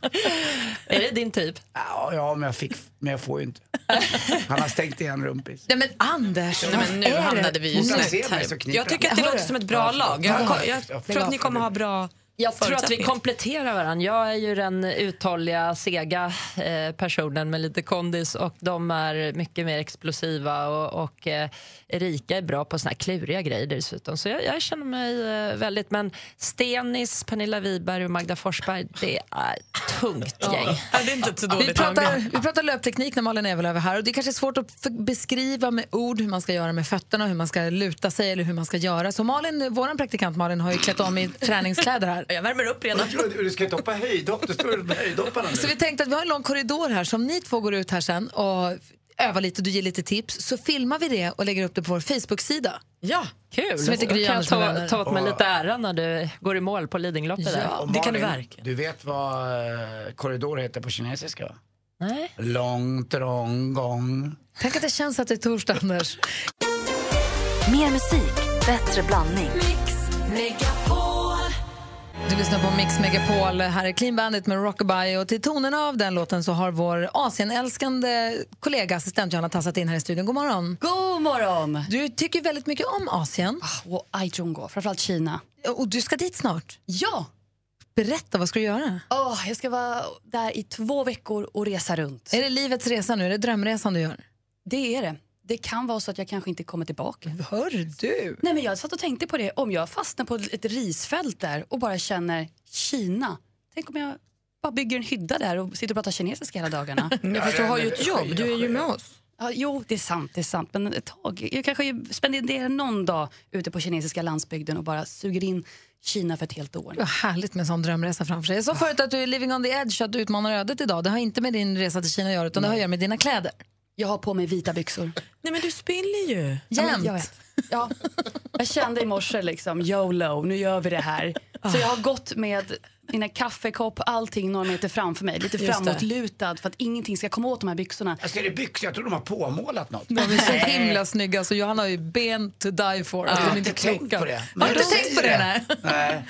Är det din typ? Ja, men jag får ju inte. Han har stängt igen rumpis. Nej men Anders, nu hamnade vi ju snett här. Jag tycker att det låter som ett bra lag. Jag tror att ni kommer ha bra. Jag tror att vi kompletterar varandra. Jag är ju den uthålliga, sega personen med lite kondis, och de är mycket mer explosiva, och Erika är bra på såna här kluriga grejer dessutom. Så jag känner mig väldigt, men Stenis, Pernilla Wiberg och Magda Forsberg, det är tungt gäng. Ja, det är inte så dåligt. Vi pratar löpteknik när Malin Evelöv är här, och det är kanske svårt att beskriva med ord hur man ska göra med fötterna, hur man ska luta sig eller hur man ska göra. Så Malin, våran praktikant Malin, har ju klätt om i träningskläder här. Jag värmer upp redan. Du ska inte hoppa höjdhopp, det står med höjdhopparna nu. Så vi tänkte att vi har en lång korridor här, som ni två går ut här sen och övar lite, du ger lite tips, så filmar vi det och lägger upp det på vår Facebook-sida. Ja, kul. Som heter Gry Anders med vänner. Ta åt mig lite ära när du går i mål på Lidingöloppet. Ja, där. Det kan du verkligen. Du vet vad korridor heter på kinesiska, va? Nej. Lång, trång, gång. Tänk att det känns att det är torsdag, Anders. Mer musik, bättre blandning. Mix Megapol. Du lyssnar på Mix Megapol. Här är Clean Bandit med Rockabye, och till tonerna av den låten så har vår Asienälskande kollega, assistent Johanna, tassat in här i studion. God morgon. God morgon. Du tycker väldigt mycket om Asien. Och Aizhongo, framförallt Kina. Och du ska dit snart. Ja. Berätta, vad ska du göra? Jag ska vara där i 2 veckor och resa runt. Är det livets resa nu? Är det drömresan du gör? Det är det. Det kan vara så att jag kanske inte kommer tillbaka. Hör du? Nej, men jag satt och tänkte på det. Om jag fastnar på ett risfält där och bara känner Kina. Tänk om jag bara bygger en hydda där och sitter och pratar kinesiska hela dagarna. Men fast du har ju ett jobb, du är ju med oss. Ja, jo, det är sant. Men ett tag. Jag kanske spenderar någon dag ute på kinesiska landsbygden och bara suger in Kina för ett helt år. Vad härligt med en sån drömresa framför sig. Jag sa förut att du är living on the edge, att du utmanar ödet idag. Det har inte med din resa till Kina att göra, utan det har att göra med dina kläder. Jag har på mig vita byxor. Nej, men du spiller ju. Jämt. Ja, jag kände i morse liksom, YOLO, nu gör vi det här. Så jag har gått med mina kaffekopp, allting några meter framför mig. Lite framåtlutad för att ingenting ska komma åt de här byxorna. Alltså är det byxor? Jag tror de har påmålat något. De är så himla snygga, så Johanna har ju ben to die for. Jag har inte tänkt på det. Har du inte tänkt på det? Nej.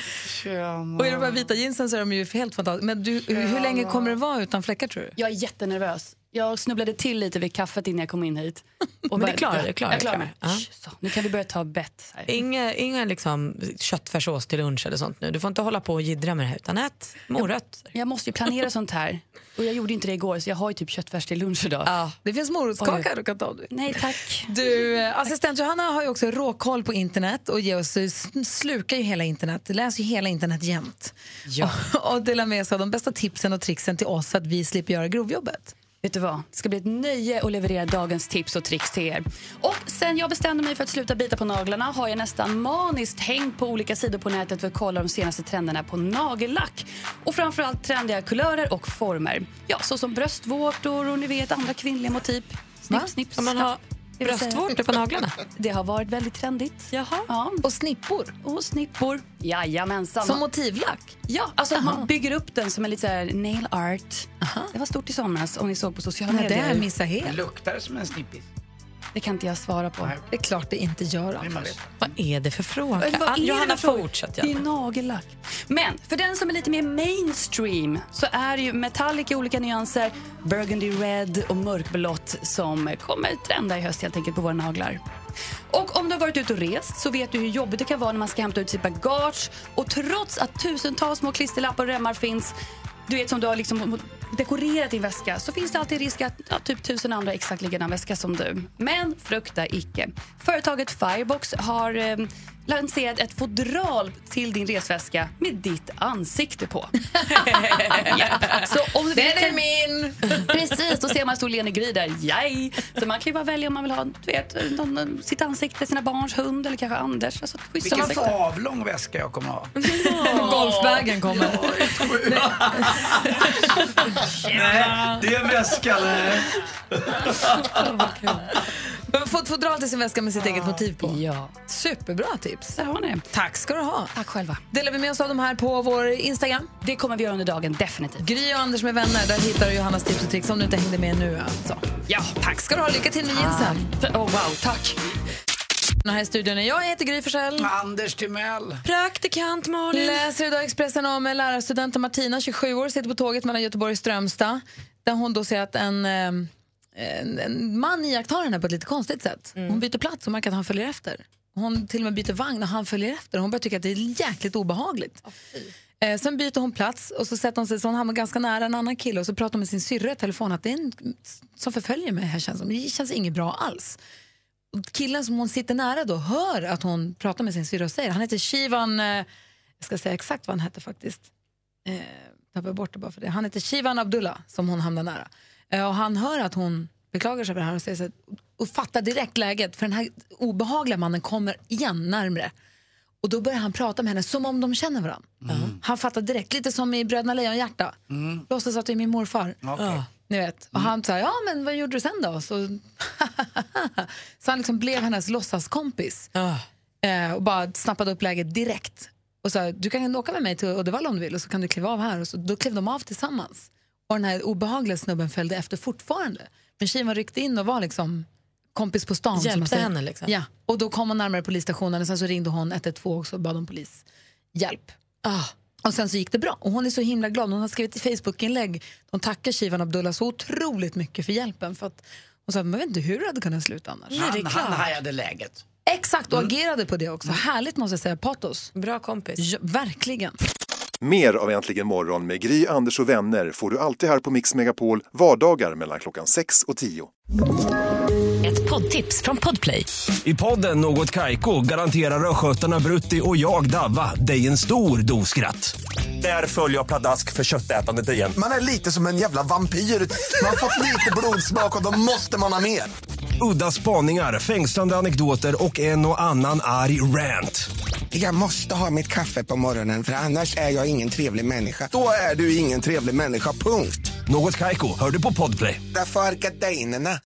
Och i de här vita jeansen så är de ju helt fantastiska. Men hur länge kommer det vara utan fläckar, tror du? Jag är jättenervös. Jag snubblade till lite vid kaffet innan jag kom in hit. Men det klarar jag klarar mig. Så, nu kan vi börja ta bett här. Inga liksom köttfärssås till lunch eller sånt nu. Du får inte hålla på och jiddra med det här, utan ät morot. Jag måste ju planera sånt här. Och jag gjorde inte det igår, så jag har ju typ köttfärs till lunch idag. Ja, det finns morotskaka du kan ta. Nej, tack. Du, assistent Johanna har ju också råkoll på internet och slukar ju hela internet. Läser ju hela internet jämt. Ja. Och delar med sig av de bästa tipsen och tricksen till oss, så att vi slipper göra grovjobbet. Vet du vad? Det ska bli ett nöje att leverera dagens tips och tricks till er. Och sen jag bestämde mig för att sluta bita på naglarna har jag nästan maniskt hängt på olika sidor på nätet för att kolla de senaste trenderna på nagellack. Och framförallt trendiga kulörer och former. Ja, så som bröstvårtor och ni vet andra kvinnliga motiv. Snipp. Ska man ha bröstvårtor på naglarna? Det har varit väldigt trendigt. Jaha. Ja. Och snippor. Och snippor. Jajamensan. Som motivlack? Ja, alltså man bygger upp den som en lite så här nail art. Aha. Det var stort i somras om ni såg på sociala medier. Det här missar helt. Luktar det som en snippis? Det kan inte jag svara på. Nej. Det är klart det inte gör. Vad är det för fråga? Johanna, fortsätt. Det är nagellack. Men för den som är lite mer mainstream så är det ju metallic i olika nyanser, burgundy red och mörkblått som kommer trenda i höst helt enkelt på våra naglar. Och om du har varit ute och rest så vet du hur jobbigt det kan vara när man ska hämta ut sitt bagage. Och trots att tusentals små klisterlappar och remmar finns, du vet, som du har liksom dekorerat din väska, så finns det alltid risk att typ 1000 andra exakt likadan väska som du. Men frukta icke. Företaget Firebox har lanserat ett fodral till din resväska med ditt ansikte på. Ja. Så om du den är min! Precis, då ser Mamma stod Lene Gry där. Yay! Så man kan ju bara välja om man vill ha sitt ansikte, sina barns hund eller kanske Anders. Alltså, vilken avlång väska jag kommer ha. Golfbagen kommer. Nej, det är en väska. Man får dra till sin väska med sitt eget motiv på. Ja. Superbra tips. Där har ni. Tack ska du ha. Tack själva. Delar vi med oss av de här på vår Instagram? Det kommer vi göra under dagen, definitivt. Gry och Anders med vänner, där hittar du Johannas tips och tricks om du inte hängde med nu. Alltså. Ja. Tack ska du ha. Lycka till med jeansen. Wow, tack. Den här studion jag heter Gry Forssell. Anders Timell. Praktikant Malin. Läser idag Expressen om lärarstudenten Martina, 27 år, sitter på tåget mellan Göteborg och Strömstad. Där hon då ser att en man iakttar henne på ett lite konstigt sätt. Hon byter plats och märker att han följer efter. Hon till och med byter vagn och han följer efter. Hon börjar tycka att det är jäkligt obehagligt. Sen byter hon plats och så sätter hon sig så hon hamnar ganska nära en annan kille och så pratar hon med sin syrra i telefon att det är en som förföljer mig här, det känns inget bra alls. Och killen som hon sitter nära då hör att hon pratar med sin syrra och säger, han heter Shivan, jag ska säga exakt vad han heter faktiskt. Tappar bort det bara för det. Han heter Shivan Abdullah som hon hamnar nära. Och han hör att hon beklagar sig över det här och säger så här, och fattar direkt läget för den här obehagliga mannen kommer igen närmare. Och då börjar han prata med henne som om de känner varandra. Han fattar direkt, lite som i Bröderna Lejonhjärta. Låtsas att det är min morfar. Ni vet. Och han säger, ja men vad gjorde du sen då? Så han liksom blev hennes låtsaskompis. Och bara snappade upp läget direkt. Och sa, du kan åka med mig till Uddevalla om du vill och så kan du kliva av här. Och så, då klev de av tillsammans. Och den här obehagliga snubben följde efter fortfarande. Men Shivan ryckte in och var liksom kompis på stan. Hjälpte henne liksom. Ja, och då kom hon närmare polisstationen och sen så ringde hon 112 och så bad hon polishjälp. Och sen så gick det bra. Och hon är så himla glad. Hon har skrivit i Facebook-inlägg. De tackar Shivan Abdullah så otroligt mycket för hjälpen. För att hon sa, man vet inte hur det hade kunnat sluta annars. Han hajade läget. Exakt, och agerade på det också. Härligt måste jag säga, patos. Bra kompis. Ja, verkligen. Mer av Äntligen morgon med Gry, Anders och vänner får du alltid här på Mix Megapol vardagar mellan klockan 6 och 10. Ett poddtips från Podplay. I podden Något Kaiko garanterar skötarna Brutti och jag Davva dig en stor doskratt. Där följer jag pladask för köttätandet igen. Man är lite som en jävla vampyr. Man har fått lite blodsmak och då måste man ha mer. Udda spaningar, fängslande anekdoter och en och annan arg rant. Jag måste ha mitt kaffe på morgonen för annars är jag ingen trevlig människa. Då är du ingen trevlig människa, punkt. Något Kaiko, hör du på Podplay. Därför arkadeinerna.